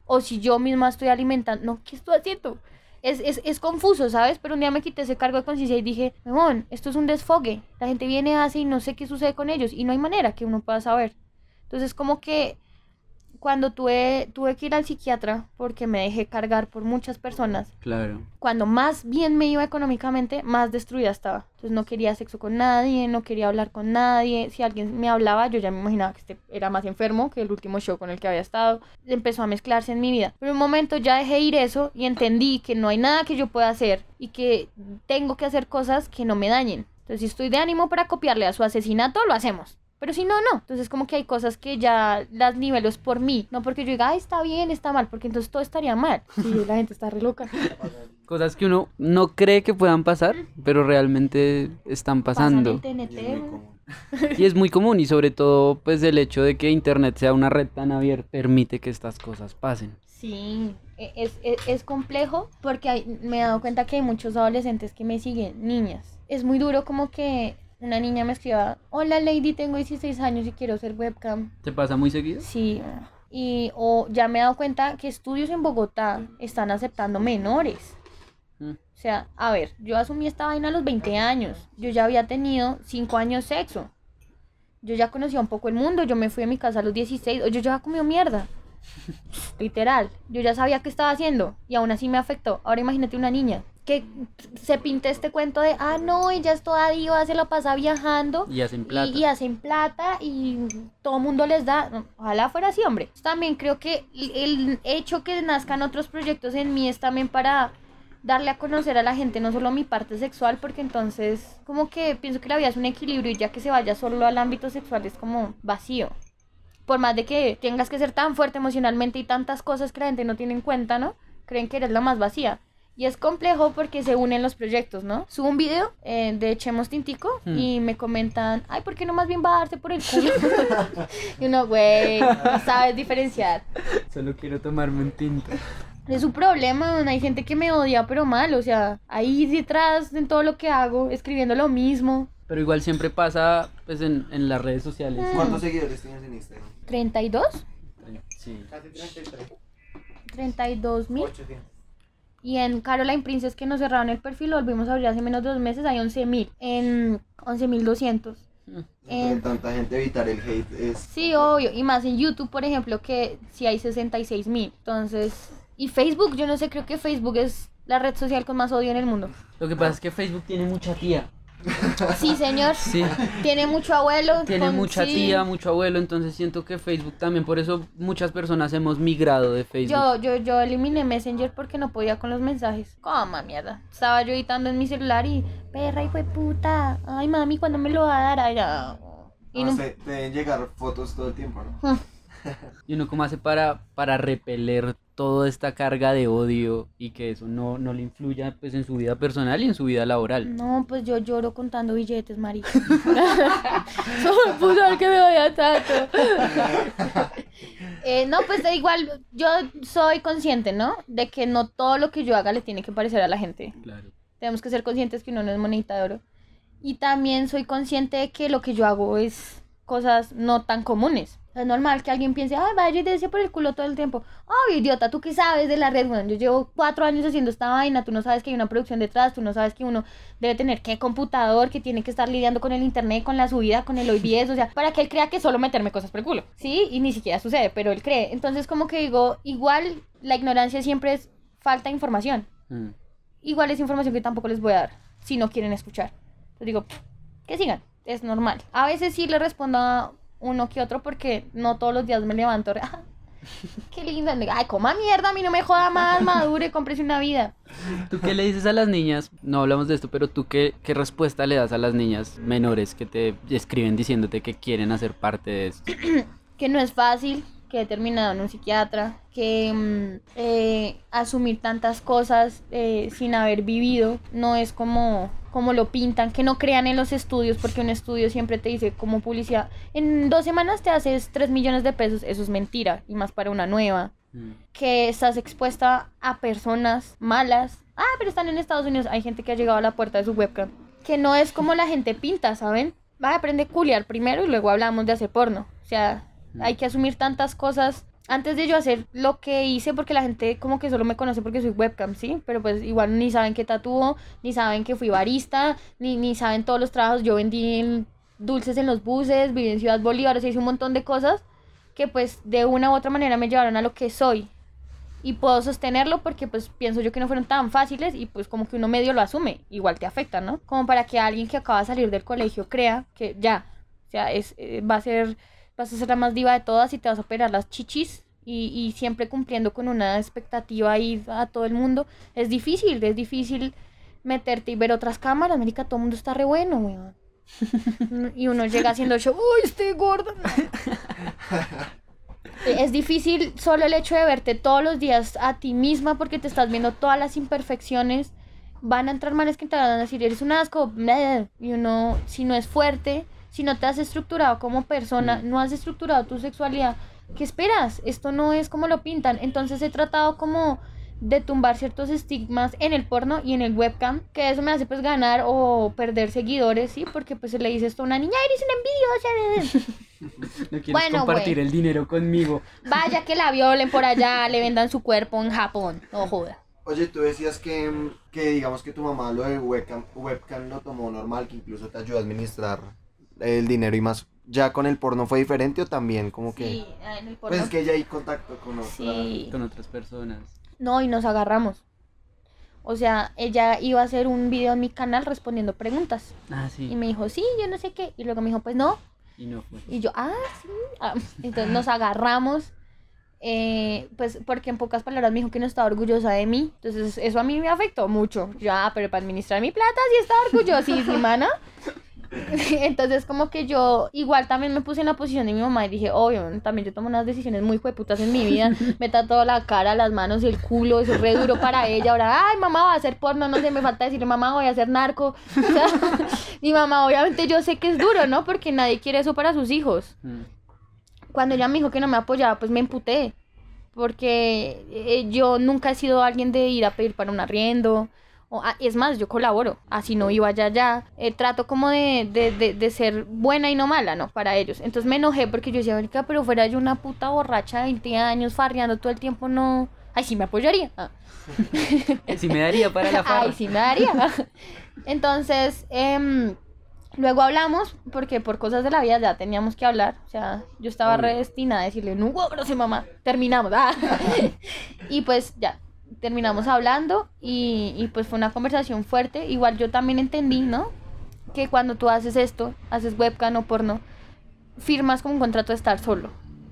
o si yo misma estoy alimentando, no, ¿qué estoy haciendo? Es, es, es confuso, ¿sabes? Pero un día me quité ese cargo de conciencia y dije, huevón, esto es un desfogue, la gente viene, hace y no sé qué sucede con ellos, y no hay manera que uno pueda saber. Entonces como que cuando tuve, tuve que ir al psiquiatra porque me dejé cargar por muchas personas, Claro. cuando más bien me iba económicamente, más destruida estaba. Entonces no quería sexo con nadie, no quería hablar con nadie. Si alguien me hablaba, yo ya me imaginaba que este era más enfermo que el último show con el que había estado. Empezó a mezclarse en mi vida. Pero en un momento ya dejé ir eso y entendí que no hay nada que yo pueda hacer y que tengo que hacer cosas que no me dañen. Entonces si estoy de ánimo para copiarle a su asesinato, lo hacemos. Pero si no, no. Entonces como que hay cosas que ya las nivelo es por mí. No porque yo diga, ay, está bien, está mal. Porque entonces todo estaría mal. Sí, la gente está re loca. Cosas que uno no cree que puedan pasar, pero realmente están pasando. Pasan en T N T. Y es muy común, y sobre todo pues el hecho de que internet sea una red tan abierta permite que estas cosas pasen. Sí, es, es, es complejo porque hay, me he dado cuenta que hay muchos adolescentes que me siguen, niñas. Es muy duro como que una niña me escriba, hola Lady, tengo dieciséis años y quiero ser webcam. ¿Te pasa muy seguido? Sí, y o ya me he dado cuenta que estudios en Bogotá están aceptando menores. Mm. O sea, a ver, yo asumí esta vaina a los veinte años, yo ya había tenido cinco años sexo, yo ya conocía un poco el mundo, yo me fui a mi casa a los dieciséis, yo ya comido mierda, literal, yo ya sabía qué estaba haciendo y aún así me afectó. Ahora imagínate una niña que se pinte este cuento de, ah, no, ella es toda diva, se la pasa viajando. Y hacen plata. Y, y hacen plata y todo mundo les da. Ojalá fuera así, hombre. También creo que el hecho que nazcan otros proyectos en mí es también para darle a conocer a la gente no solo mi parte sexual, porque entonces como que pienso que la vida es un equilibrio y ya que se vaya solo al ámbito sexual es como vacío. Por más de que tengas que ser tan fuerte emocionalmente y tantas cosas que la gente no tiene en cuenta, ¿no? Creen que eres la más vacía. Y es complejo porque se unen los proyectos, ¿no? Subo un video eh, de Echemos Tintico hmm. y me comentan, ay, ¿por qué no más bien va a darse por el culo? Y uno, güey, no sabes diferenciar. Solo quiero tomarme un tinto. Es un problema, hay gente que me odia, pero mal, o sea, ahí detrás en todo lo que hago, escribiendo lo mismo. Pero igual siempre pasa, pues, en, en las redes sociales. Hmm. ¿Cuántos seguidores tienes en Instagram? ¿treinta y dos? Sí. Casi treinta y tres. ¿treinta y dos mil? ochocientos. Y en Caroline Princess, que nos cerraron el perfil, lo volvimos a abrir hace menos de dos meses, hay once mil, en once mil doscientos. En tanta gente evitar el hate es... Sí, obvio, y más en YouTube, por ejemplo, que sí hay sesenta y seis mil. Entonces, y Facebook, yo no sé, creo que Facebook es la red social con más odio en el mundo. Lo que pasa es que Facebook tiene mucha tía. Sí, señor. Sí. Tiene mucho abuelo. Tiene con, mucha sí. tía, mucho abuelo, entonces siento que Facebook también, por eso muchas personas hemos migrado de Facebook. Yo, yo, yo eliminé Messenger porque no podía con los mensajes. Coma mierda. Estaba yo editando en mi celular y, perra, hijo de puta. Ay, mami, ¿cuándo me lo va a dar? Ay, ya. Y no, no... Te, te deben llegar fotos todo el tiempo, ¿no? Y uno cómo hace para, para repeler toda esta carga de odio y que eso no, no le influya pues en su vida personal y en su vida laboral. No, pues yo lloro contando billetes, marica. Soy puta que me odia tanto. eh, no, pues da igual, yo soy consciente, ¿no? De que no todo lo que yo haga le tiene que parecer a la gente. Claro. Tenemos que ser conscientes que uno no es monedita de oro. Y también soy consciente de que lo que yo hago es cosas no tan comunes. Es normal que alguien piense, ay, vaya y decía por el culo todo el tiempo. Oh, idiota, ¿tú qué sabes de la red? Bueno, yo llevo cuatro años haciendo esta vaina, tú no sabes que hay una producción detrás, tú no sabes que uno debe tener qué computador, que tiene que estar lidiando con el internet, con la subida, con el O B S, o sea, para que él crea que solo meterme cosas por el culo. Sí, y ni siquiera sucede, pero él cree. Entonces, como que digo, igual la ignorancia siempre es falta de información. Mm. Igual es información que tampoco les voy a dar, si no quieren escuchar. Entonces digo, que sigan, es normal. A veces sí le respondo a uno que otro porque no todos los días me levanto. ¡Ah, qué lindo! Ay, coma mierda, a mí no me joda más, madure, cómprese una vida. ¿Tú qué le dices a las niñas? No hablamos de esto, pero ¿tú qué, qué respuesta le das a las niñas menores que te escriben diciéndote que quieren hacer parte de esto? Que no es fácil, que he terminado en un psiquiatra, que eh, asumir tantas cosas eh, sin haber vivido no es como, como lo pintan, que no crean en los estudios, porque un estudio siempre te dice como publicidad, en dos semanas te haces tres millones de pesos, eso es mentira, y más para una nueva, mm. que estás expuesta a personas malas, ah, pero están en Estados Unidos, hay gente que ha llegado a la puerta de su webcam, que no es como la gente pinta, ¿saben? Va a aprender a culiar primero y luego hablamos de hacer porno, o sea... Hay que asumir tantas cosas antes de yo hacer lo que hice, porque la gente como que solo me conoce porque soy webcam, ¿sí? Pero pues igual ni saben que tatúo, ni saben que fui barista, ni, ni saben todos los trabajos. Yo vendí dulces en los buses, viví en Ciudad Bolívar, o sea, hice un montón de cosas que pues de una u otra manera me llevaron a lo que soy. Y puedo sostenerlo porque pues pienso yo que no fueron tan fáciles y pues como que uno medio lo asume, igual te afecta, ¿no? Como para que alguien que acaba de salir del colegio crea que ya, o sea, es, eh, va a ser, vas a ser la más diva de todas y te vas a operar las chichis y, y siempre cumpliendo con una expectativa ahí a todo el mundo. Es difícil, es difícil meterte y ver otras cámaras, marica, todo el mundo está re bueno, weón. Y uno llega haciendo show, uy, estoy gorda. Es difícil solo el hecho de verte todos los días a ti misma porque te estás viendo todas las imperfecciones. Van a entrar manes que te van a decir, eres un asco, bleh. Y uno, si no es fuerte, si no te has estructurado como persona, no has estructurado tu sexualidad, ¿qué esperas? Esto no es como lo pintan. Entonces he tratado como de tumbar ciertos estigmas en el porno y en el webcam, que eso me hace pues ganar o perder seguidores, ¿sí? Porque pues se le dice esto a una niña, eres una envidiosa. No quieres Bueno, compartir güey. el dinero conmigo. Vaya que la violen por allá, le vendan su cuerpo en Japón, no joda. Oye, tú decías que, que digamos que tu mamá lo de webcam, webcam lo tomó normal, que incluso te ayudó a administrar el dinero y más. ¿Ya con el porno fue diferente o también como que...? Sí, en el porno. Pues es que ya hay contacto con otra... Sí. Con otras personas. No, y nos agarramos. O sea, ella iba a hacer un video en mi canal respondiendo preguntas. Ah, sí. Y me dijo, sí, yo no sé qué. Y luego me dijo, pues no. Y no fue. Y yo, ah, sí. Ah. Entonces nos agarramos. Eh, pues porque en pocas palabras me dijo que no estaba orgullosa de mí. Entonces eso a mí me afectó mucho. Ya, pero para administrar mi plata sí estaba orgullosísima, ¿no? Entonces como que yo igual también me puse en la posición de mi mamá y dije, obvio, también yo tomo unas decisiones muy jueputas en mi vida. Me tatuó la cara, las manos y el culo, eso es re duro para ella. Ahora, ay, mamá va a hacer porno, no sé, me falta decirle, mamá voy a hacer narco. O sea, mi mamá obviamente yo sé que es duro, ¿no? Porque nadie quiere eso para sus hijos. Mm. Cuando ella me dijo que no me apoyaba, pues me emputé. Porque eh, yo nunca he sido alguien de ir a pedir para un arriendo. O, ah, es más, yo colaboro, así no iba allá, allá. Eh, trato como de, de, de, de ser buena y no mala, ¿no? Para ellos. Entonces me enojé porque yo decía, "Marica, pero fuera yo una puta borracha de veinte años, farreando todo el tiempo, no... Ay, sí me apoyaría. Ah. Sí me daría para la farra. Ay, sí me daría. Entonces, eh, luego hablamos, porque por cosas de la vida ya teníamos que hablar. O sea, yo estaba Obvio. redestinada a decirle, no, no sé, mamá, terminamos. Ah. Y pues ya, terminamos hablando y, y pues fue una conversación fuerte. Igual yo también entendí, ¿no? Que cuando tú haces esto, haces webcam o porno, firmas como un contrato de estar solo.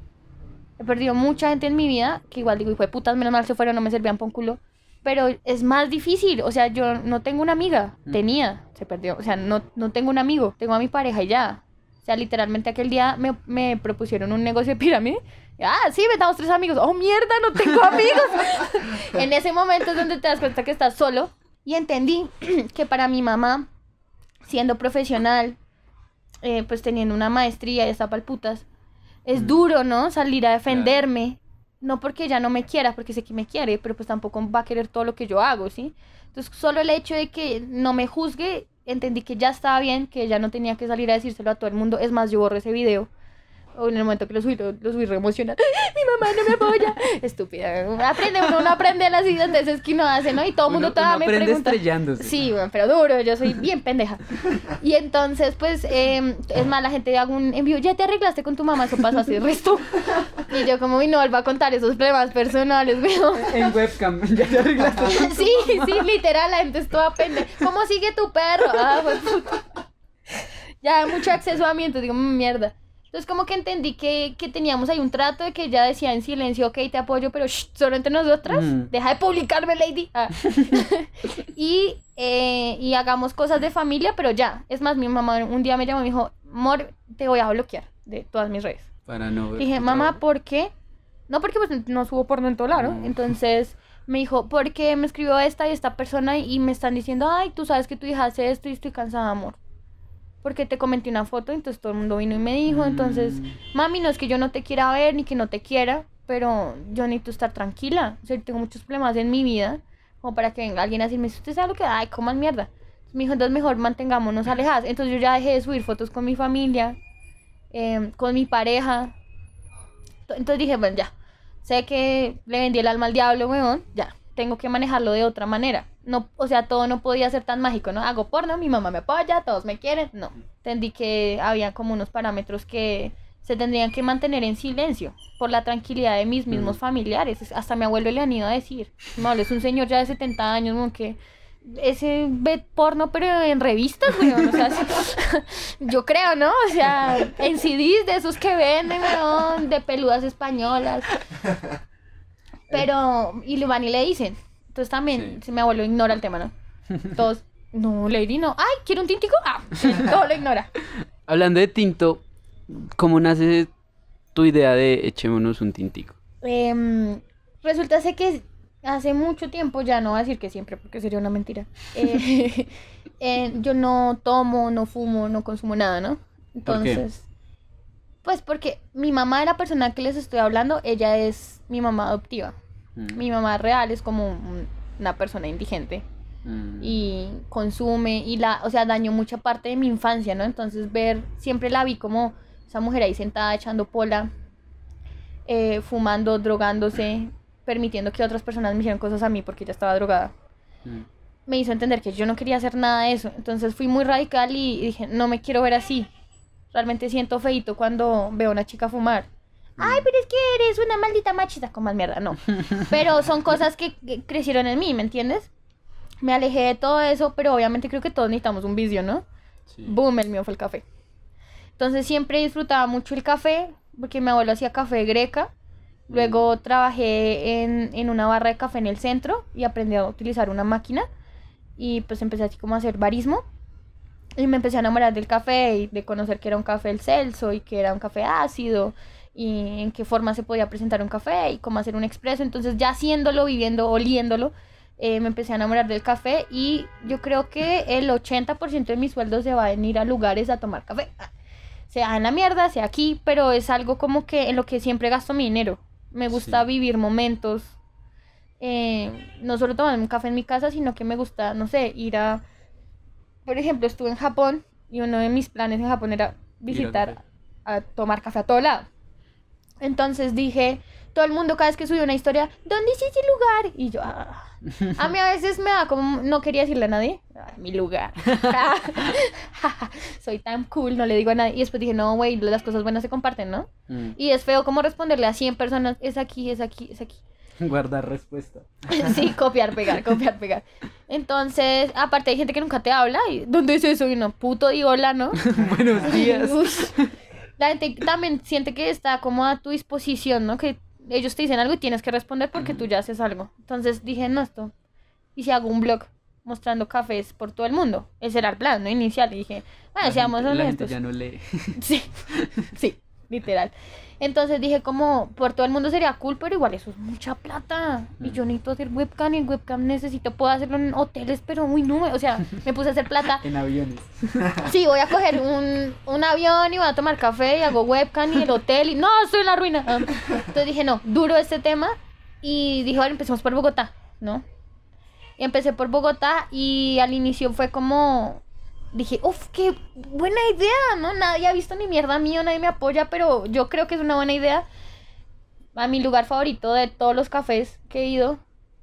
He perdido mucha gente en mi vida, que igual digo, hijo de putas, menos mal se fueron, no me servían para un culo. Pero es más difícil, o sea, yo no tengo una amiga, tenía, se perdió, o sea, no, no tengo un amigo, tengo a mi pareja y ya. O sea, literalmente aquel día me, me propusieron un negocio de pirámide. Ah, sí, metamos tres amigos. Oh, mierda, no tengo amigos. En ese momento es donde te das cuenta que estás solo. Y entendí que para mi mamá, siendo profesional, eh, pues teniendo una maestría y está pa'l putas, es duro, ¿no? Salir a defenderme. No porque ella no me quiera, porque sé que me quiere, pero pues tampoco va a querer todo lo que yo hago, ¿sí? Entonces, solo el hecho de que no me juzgue, entendí que ya estaba bien, que ella no tenía que salir a decírselo a todo el mundo. Es más, yo borré ese video. O en el momento que lo subí, lo, lo subí re emocionada. Mi mamá no me apoya. Estúpida. Aprende, uno no aprende a las veces que uno hace, ¿no? Y todo el mundo Uno- todavía uno me aprende pregunta. estrellándose. Sí, bueno, pero duro, yo soy bien pendeja. Y entonces, pues, eh, es más, la gente hago un envío, ya te arreglaste con tu mamá, eso pasa así, resto. Y yo como, uy, no, él va a contar esos problemas personales, weón. En webcam, ya te arreglaste. Sí, sí, literal, la gente es toda pendeja. ¿Cómo sigue tu perro? Ah, pues, puta. Ya hay mucho acceso a mí, entonces digo, "Mm, mierda". Entonces como que entendí que, que teníamos ahí un trato de que ella decía en silencio, ok, te apoyo, pero shh, solo entre nosotras, Mm. deja de publicarme, lady. Ah. y, eh, y hagamos cosas de familia, pero ya. Es más, mi mamá un día me llamó y me dijo, Mor, te voy a bloquear de todas mis redes. Para no ver Dije, tu mamá, trabajo. ¿por qué? No, porque pues no subo porno en todo lado, ¿no? Mm. Entonces me dijo, porque me escribió esta y esta persona y me están diciendo, ay, tú sabes que tu hija hace esto y estoy cansada, amor. Porque te comenté una foto, entonces todo el mundo vino y me dijo, entonces, mami, no es que yo no te quiera ver ni que no te quiera, pero yo necesito estar tranquila. O sea, tengo muchos problemas en mi vida, como para que venga alguien a decirme, ¿usted sabe lo que? Ay, coman mierda. Entonces, me dijo, entonces mejor mantengámonos alejadas. Entonces yo ya dejé de subir fotos con mi familia, eh, con mi pareja. Entonces dije, bueno, ya. sé que le vendí el alma al diablo, weón, ya, tengo que manejarlo de otra manera. No, o sea, todo no podía ser tan mágico, ¿no? Hago porno, mi mamá me apoya, todos me quieren, no. Entendí que había como unos parámetros que se tendrían que mantener en silencio por la tranquilidad de mis mismos mm. familiares. Hasta mi abuelo le han ido a decir, no, es un señor ya de setenta años, ¿no? Que ese ve porno pero en revistas, weón, o sea, yo creo, ¿no? O sea, en C Ds de esos que venden, weón, de peludas españolas. Pero, y le van y le dicen. Entonces también, sí. mi abuelo ignora el tema, ¿no? Todos, no, Lady, no. Ay, ¿quiere un tintico? Ah, todo lo ignora. Hablando de tinto, ¿cómo nace tu idea de echémonos un tintico? Eh, resulta ser que hace mucho tiempo, ya no voy a decir que siempre, porque sería una mentira. Eh, eh, yo no tomo, no fumo, no consumo nada, ¿no? Entonces, ¿por qué? Pues porque mi mamá de la persona que les estoy hablando, ella es mi mamá adoptiva. Mm. Mi mamá real es como un, una persona indigente. Mm. Y consume, y la, o sea, dañó mucha parte de mi infancia, ¿no? Entonces ver, siempre la vi como esa mujer ahí sentada echando pola, eh, fumando, drogándose, permitiendo que otras personas me hicieran cosas a mí porque ella estaba drogada. Mm. Me hizo entender que yo no quería hacer nada de eso. Entonces fui muy radical y dije, no me quiero ver así. Realmente siento feíto cuando veo a una chica fumar. Mm. Ay, pero es que eres una maldita machista. Con más mierda, no. Pero son cosas que, que crecieron en mí, ¿me entiendes? Me alejé de todo eso, pero obviamente creo que todos necesitamos un vicio, ¿no? Sí. Boom, el mío fue el café. Entonces siempre disfrutaba mucho el café, porque mi abuelo hacía café greca. Luego trabajé en, en una barra de café en el centro y aprendí a utilizar una máquina. Y pues empecé así como a hacer barismo. Y me empecé a enamorar del café y de conocer que era un café El Celso y que era un café ácido. Y en qué forma se podía presentar un café y cómo hacer un expreso. Entonces ya haciéndolo, viviendo, oliéndolo, eh, me empecé a enamorar del café. Y yo creo que el ochenta por ciento de mi sueldo se va a venir a lugares a tomar café. Sea en la mierda, sea aquí, pero es algo como que en lo que siempre gasto mi dinero. Me gusta sí. vivir momentos, eh, no solo tomar un café en mi casa, sino que me gusta, no sé, ir a... Por ejemplo, estuve en Japón y uno de mis planes en Japón era visitar, a, a tomar café a todo lado. Entonces dije, todo el mundo cada vez que subía una historia, ¿dónde es ese lugar? Y yo, ah. A mí a veces me da como, no quería decirle a nadie, ah, mi lugar. Soy tan cool, no le digo a nadie. Y después dije, no, güey, las cosas buenas se comparten, ¿no? Mm. Y es feo como responderle a cien personas, es aquí, es aquí, es aquí. Guardar respuesta. Sí, copiar, pegar, copiar, pegar. Entonces, aparte hay gente que nunca te habla. Y, ¿dónde es eso? Y no, puto, di hola, ¿no? Buenos días. La gente también siente que está como a tu disposición, ¿no? Que ellos te dicen algo y tienes que responder porque tú ya haces algo. Entonces dije, no, esto. Y si hago un blog mostrando cafés por todo el mundo. Ese era el plan, ¿no? Inicial. Y dije, bueno, la seamos gente, honestos. La gente ya no lee. Sí, sí, literal. Entonces dije, como por todo el mundo sería cool, pero igual eso es mucha plata. Mm. Y yo necesito hacer webcam y el webcam necesito, puedo hacerlo en hoteles, pero muy no. O sea, me puse a hacer plata. En aviones. Sí, voy a coger un, un avión y voy a tomar café y hago webcam y el hotel y no, estoy en la ruina. Entonces dije, no, duro este tema. Y dije, bueno, empecemos por Bogotá, ¿no? Y empecé por Bogotá y al inicio fue como... Dije, uff, qué buena idea, ¿no? Nadie ha visto ni mierda mío, nadie me apoya, pero yo creo que es una buena idea. A mi lugar favorito de todos los cafés que he ido,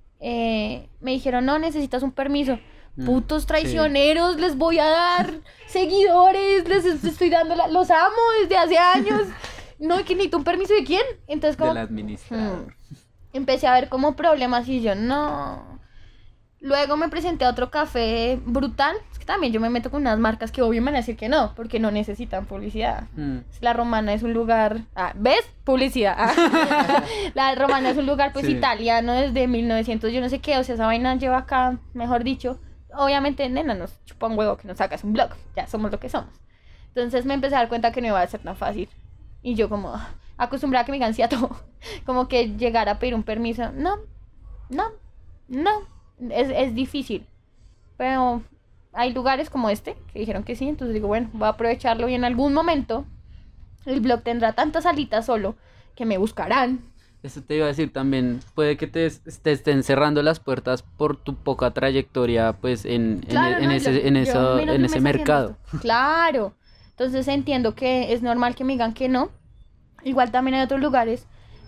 eh, me dijeron, no, necesitas un permiso. Mm, putos traicioneros, sí. Les voy a dar seguidores, les estoy dando, la, los amo desde hace años. No, que necesito un permiso de quién. Entonces como... Del administrador. Hmm, empecé a ver como problemas y yo, no... Luego me presenté a otro café brutal. Es que también yo me meto con unas marcas que obvio me van a decir que no, porque no necesitan publicidad. Mm. La Romana es un lugar... Ah, ¿ves? Publicidad. Ah. La Romana es un lugar pues sí. italiano desde mil novecientos, yo no sé qué. O sea, esa vaina lleva acá, mejor dicho. Obviamente, nena, nos chupa un huevo que nos sacas un blog. Ya somos lo que somos. Entonces me empecé a dar cuenta que no iba a ser tan fácil. Y yo como acostumbrada a que me gancía todo. Como que llegar a pedir un permiso. No, no, no. Es, es difícil, pero hay lugares como este que dijeron que sí, entonces digo, bueno, voy a aprovecharlo y en algún momento el blog tendrá tantas alitas solo que me buscarán. Eso te iba a decir también, puede que te, te estén cerrando las puertas por tu poca trayectoria pues en, claro, en, en no, ese, yo, en eso, en ese mercado. Claro, entonces entiendo que es normal que me digan que no. Igual también hay otros lugares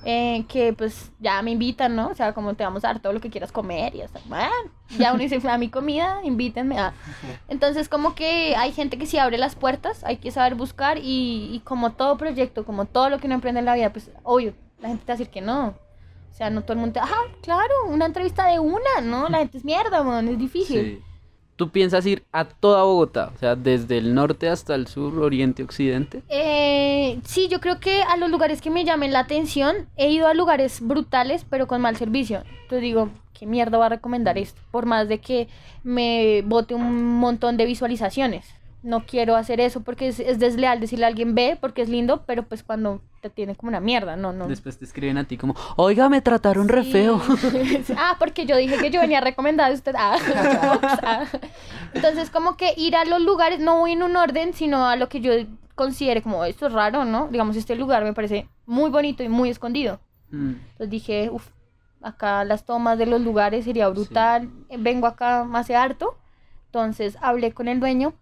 eh, que pues ya me invitan, ¿no? O sea, como te vamos a dar todo lo que quieras comer y hasta, bueno, ya uno dice, a mi comida, invítenme. Ah. Entonces como que hay gente que sí abre las puertas, hay que saber buscar y, y como todo proyecto, como todo lo que uno emprende en la vida, pues obvio, la gente te va a decir que no. O sea, no todo el mundo te, ajá, claro, una entrevista de una, ¿no? La gente es mierda, man, es difícil. Sí. ¿Tú piensas ir a toda Bogotá? O sea, desde el norte hasta el sur, oriente, occidente. Eh, sí, yo creo que a los lugares que me llamen la atención, he ido a lugares brutales, pero con mal servicio. Entonces digo, ¿qué mierda va a recomendar esto? Por más de que me bote un montón de visualizaciones. No quiero hacer eso porque es, es desleal decirle a alguien ve porque es lindo, pero pues cuando te tiene como una mierda, no, no. Después te escriben a ti como, oiga, me trataron re Sí. feo. Ah, porque yo dije que yo venía recomendada a usted. Ah, ups, ah. Entonces, como que ir a los lugares, no voy en un orden, sino a lo que yo considere como esto es raro, ¿no? Digamos, este lugar me parece muy bonito y muy escondido. Mm. Entonces dije, uff, acá las tomas de los lugares sería brutal. Sí. Vengo acá hace harto. Entonces hablé con el dueño,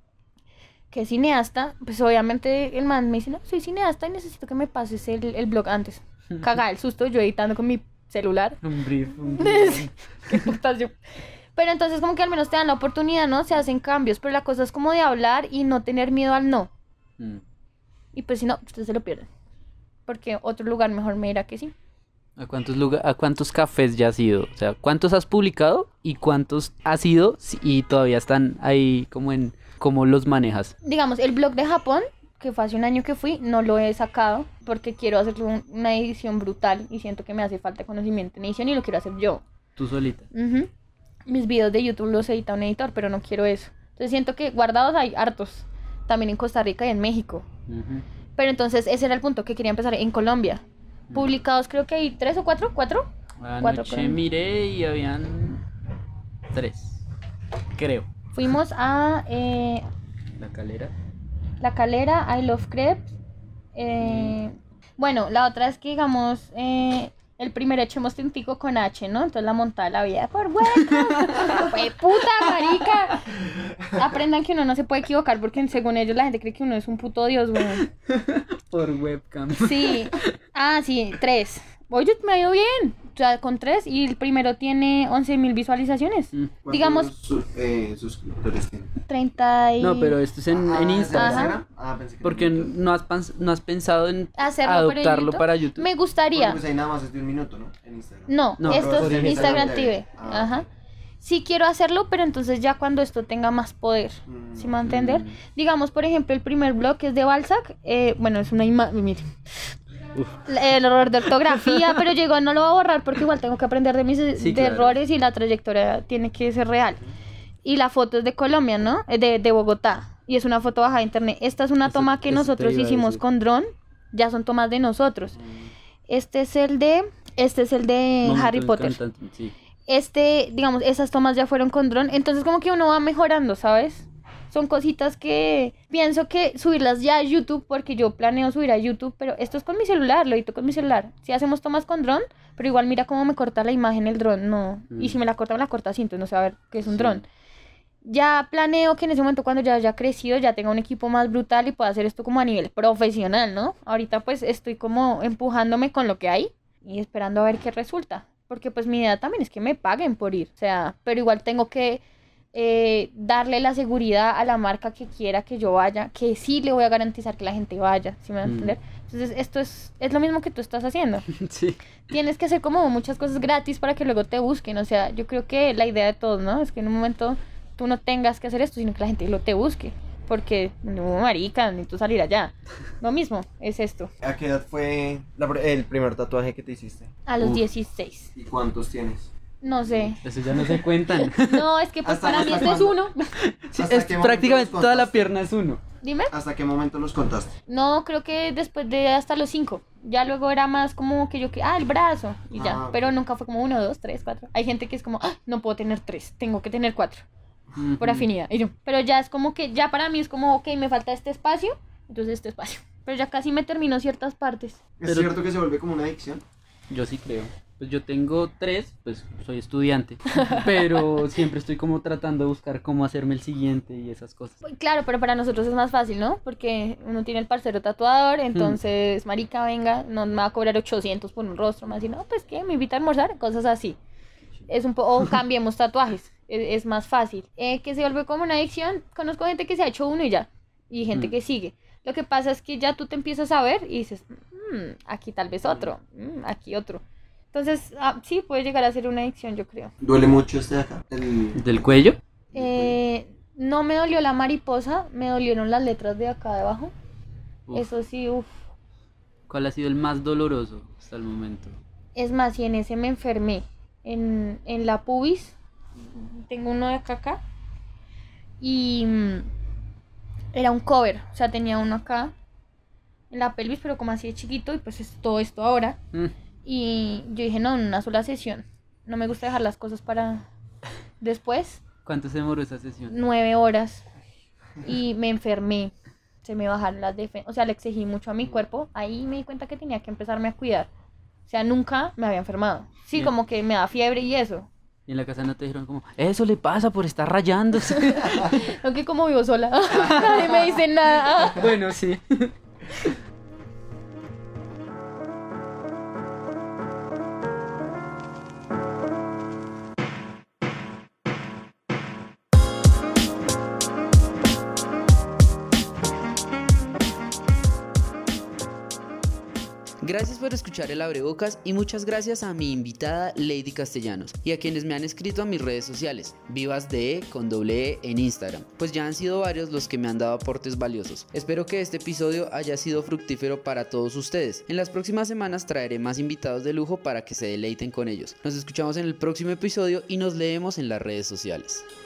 que es cineasta. Pues obviamente el man me dice, no, soy cineasta y necesito que me pases el, el blog antes. Cagada el susto, yo editando con mi celular. Un brief, un brief. Qué putas yo. Pero entonces como que al menos te dan la oportunidad, ¿no? Se hacen cambios, pero la cosa es como de hablar y no tener miedo al no. Mm. Y pues si no, ustedes se lo pierden. Porque otro lugar mejor me dirá que sí. ¿A cuántos, lugar, ¿A cuántos cafés ya has ido? O sea, ¿cuántos has publicado y cuántos has ido y todavía están ahí como en cómo los manejas? Digamos, el blog de Japón, que fue hace un año que fui, no lo he sacado porque quiero hacer un, una edición brutal y siento que me hace falta conocimiento en edición y lo quiero hacer yo. ¿Tú solita? Uh-huh. Mis videos de YouTube los edita un editor, pero no quiero eso. Entonces siento que guardados hay hartos, también en Costa Rica y en México. Uh-huh. Pero entonces ese era el punto que quería empezar en Colombia. Publicados creo que hay tres o cuatro, cuatro. Anoche cuatro miré y habían tres, creo. Fuimos a eh, La Calera. La Calera, I Love Crepes. Eh, mm. Bueno, la otra es que digamos, eh, el primer hecho hemos tintico con H, ¿no? Entonces la montada la vida por webcam. ¡Fue puta, marica! Aprendan que uno no se puede equivocar porque según ellos la gente cree que uno es un puto dios, güey. Por webcam. Sí. Ah, sí, tres. Oye, me ha ido bien. O sea, con tres y el primero tiene once mil visualizaciones. Mm. Digamos. Su, eh, suscriptores tienen? treinta y... No, pero esto es en, ah, en Instagram. Ah, pensé que porque no has, no has pensado en hacerlo adoptarlo YouTube? para YouTube. Me gustaría. Porque pues ahí nada más es de un minuto, ¿no? En Instagram. No, no esto es en Instagram, Instagram T V. Ah, Ajá. Sí quiero hacerlo, pero entonces ya cuando esto tenga más poder, mm, ¿sí me va a entender? Mm. Digamos, por ejemplo, el primer blog que es de Balzac, eh, bueno, es una imagen, mire, el error de ortografía, pero llegó, no lo voy a borrar porque igual tengo que aprender de mis Sí, de claro. errores y la trayectoria tiene que ser real. Y la foto es de Colombia, ¿no? De, de Bogotá. Y es una foto bajada de internet. Esta es una Eso- toma que eso te nosotros iba a hicimos decir. con dron. Ya son tomas de nosotros. Este es el de... Este es el de Momento Harry del Potter. cantante, sí. Este, digamos, esas tomas ya fueron con dron. Entonces como que uno va mejorando, ¿sabes? Son cositas que pienso que subirlas ya a YouTube, porque yo planeo subir a YouTube, pero esto es con mi celular, lo edito con mi celular. Si hacemos tomas con dron, pero igual mira cómo me corta la imagen el dron, no. Mm. Y si me la corta, me la corta así, entonces no sé a ver qué es un Sí. dron. Ya planeo que en ese momento cuando ya haya crecido, ya tenga un equipo más brutal y pueda hacer esto como a nivel profesional, ¿no? Ahorita pues estoy como empujándome con lo que hay y esperando a ver qué resulta. Porque pues mi idea también es que me paguen por ir, o sea, pero igual tengo que eh, darle la seguridad a la marca que quiera que yo vaya, que sí le voy a garantizar que la gente vaya, ¿sí me van a Mm. entender? Entonces esto es, es lo mismo que tú estás haciendo. Sí. Tienes que hacer como muchas cosas gratis para que luego te busquen, o sea, yo creo que la idea de todos, ¿no? Es que en un momento tú no tengas que hacer esto, sino que la gente lo te busque. Porque, no, marica, necesito salir allá. Lo mismo es esto. ¿A qué edad fue la pr- el primer tatuaje que te hiciste? A los Uf. dieciséis. ¿Y cuántos tienes? No sé. Eso ya no se cuentan. No, es que pues ¿Hasta- para mí hasta este es cuándo? uno. Sí, ¿Hasta es qué momento prácticamente los toda la contaste? pierna es uno. Dime. ¿Hasta qué momento los contaste? No, creo que después de hasta los cinco. Ya luego era más como que yo que, ah, el brazo. Y ya. Ah, ok. Pero nunca fue como uno, dos, tres, cuatro. Hay gente que es como, ah, no puedo tener tres, tengo que tener cuatro. Por Ujú. afinidad. Y yo, pero ya es como que, ya para mí es como, ok, me falta este espacio, entonces este espacio. Pero ya casi me terminó ciertas partes. ¿Es Pero- cierto que se vuelve como una adicción? Yo sí creo. Pues yo tengo tres, pues soy estudiante, pero siempre estoy como tratando de buscar cómo hacerme el siguiente y esas cosas. Claro, pero para nosotros es más fácil, ¿no? Porque uno tiene el parcero tatuador, entonces, marica, venga, no me va a cobrar ochocientos por un rostro más, y no, pues, ¿qué? Me invita a almorzar, cosas así. Es un poco, o cambiemos tatuajes, es, es más fácil. Eh, que se vuelve como una adicción, conozco gente que se ha hecho uno y ya, y gente Mm. que sigue. Lo que pasa es que ya tú te empiezas a ver y dices, "Mm, aquí tal vez otro, mm, aquí otro". Entonces, ah, sí, puede llegar a ser una adicción, yo creo. ¿Duele mucho este de acá? El... ¿Del cuello? Eh, no me dolió la mariposa, me dolieron las letras de acá debajo. Uf. Eso sí, uff. ¿Cuál ha sido el más doloroso hasta el momento? Es más, y en ese me enfermé. En, en la pubis, tengo uno de acá acá. Y mm, era un cover, o sea, tenía uno acá en la pelvis, pero como así de chiquito, y pues es todo esto ahora. Mm. Y yo dije, no, en una sola sesión. No me gusta dejar las cosas para después. ¿Cuánto se demoró esa sesión? Nueve horas. Y me enfermé. Se me bajaron las defensas. O sea, le exigí mucho a mi cuerpo. Ahí me di cuenta que tenía que empezarme a cuidar. O sea, nunca me había enfermado. Sí, Bien. como que me da fiebre y eso. Y en la casa no te dijeron como, eso le pasa por estar rayándose. Aunque como vivo sola, nadie me dice nada. Bueno, sí. Gracias por escuchar el Abrebocas y muchas gracias a mi invitada Lady Castellanos y a quienes me han escrito a mis redes sociales, vivasde con doble E en Instagram, pues ya han sido varios los que me han dado aportes valiosos. Espero que este episodio haya sido fructífero para todos ustedes. En las próximas semanas traeré más invitados de lujo para que se deleiten con ellos. Nos escuchamos en el próximo episodio y nos leemos en las redes sociales.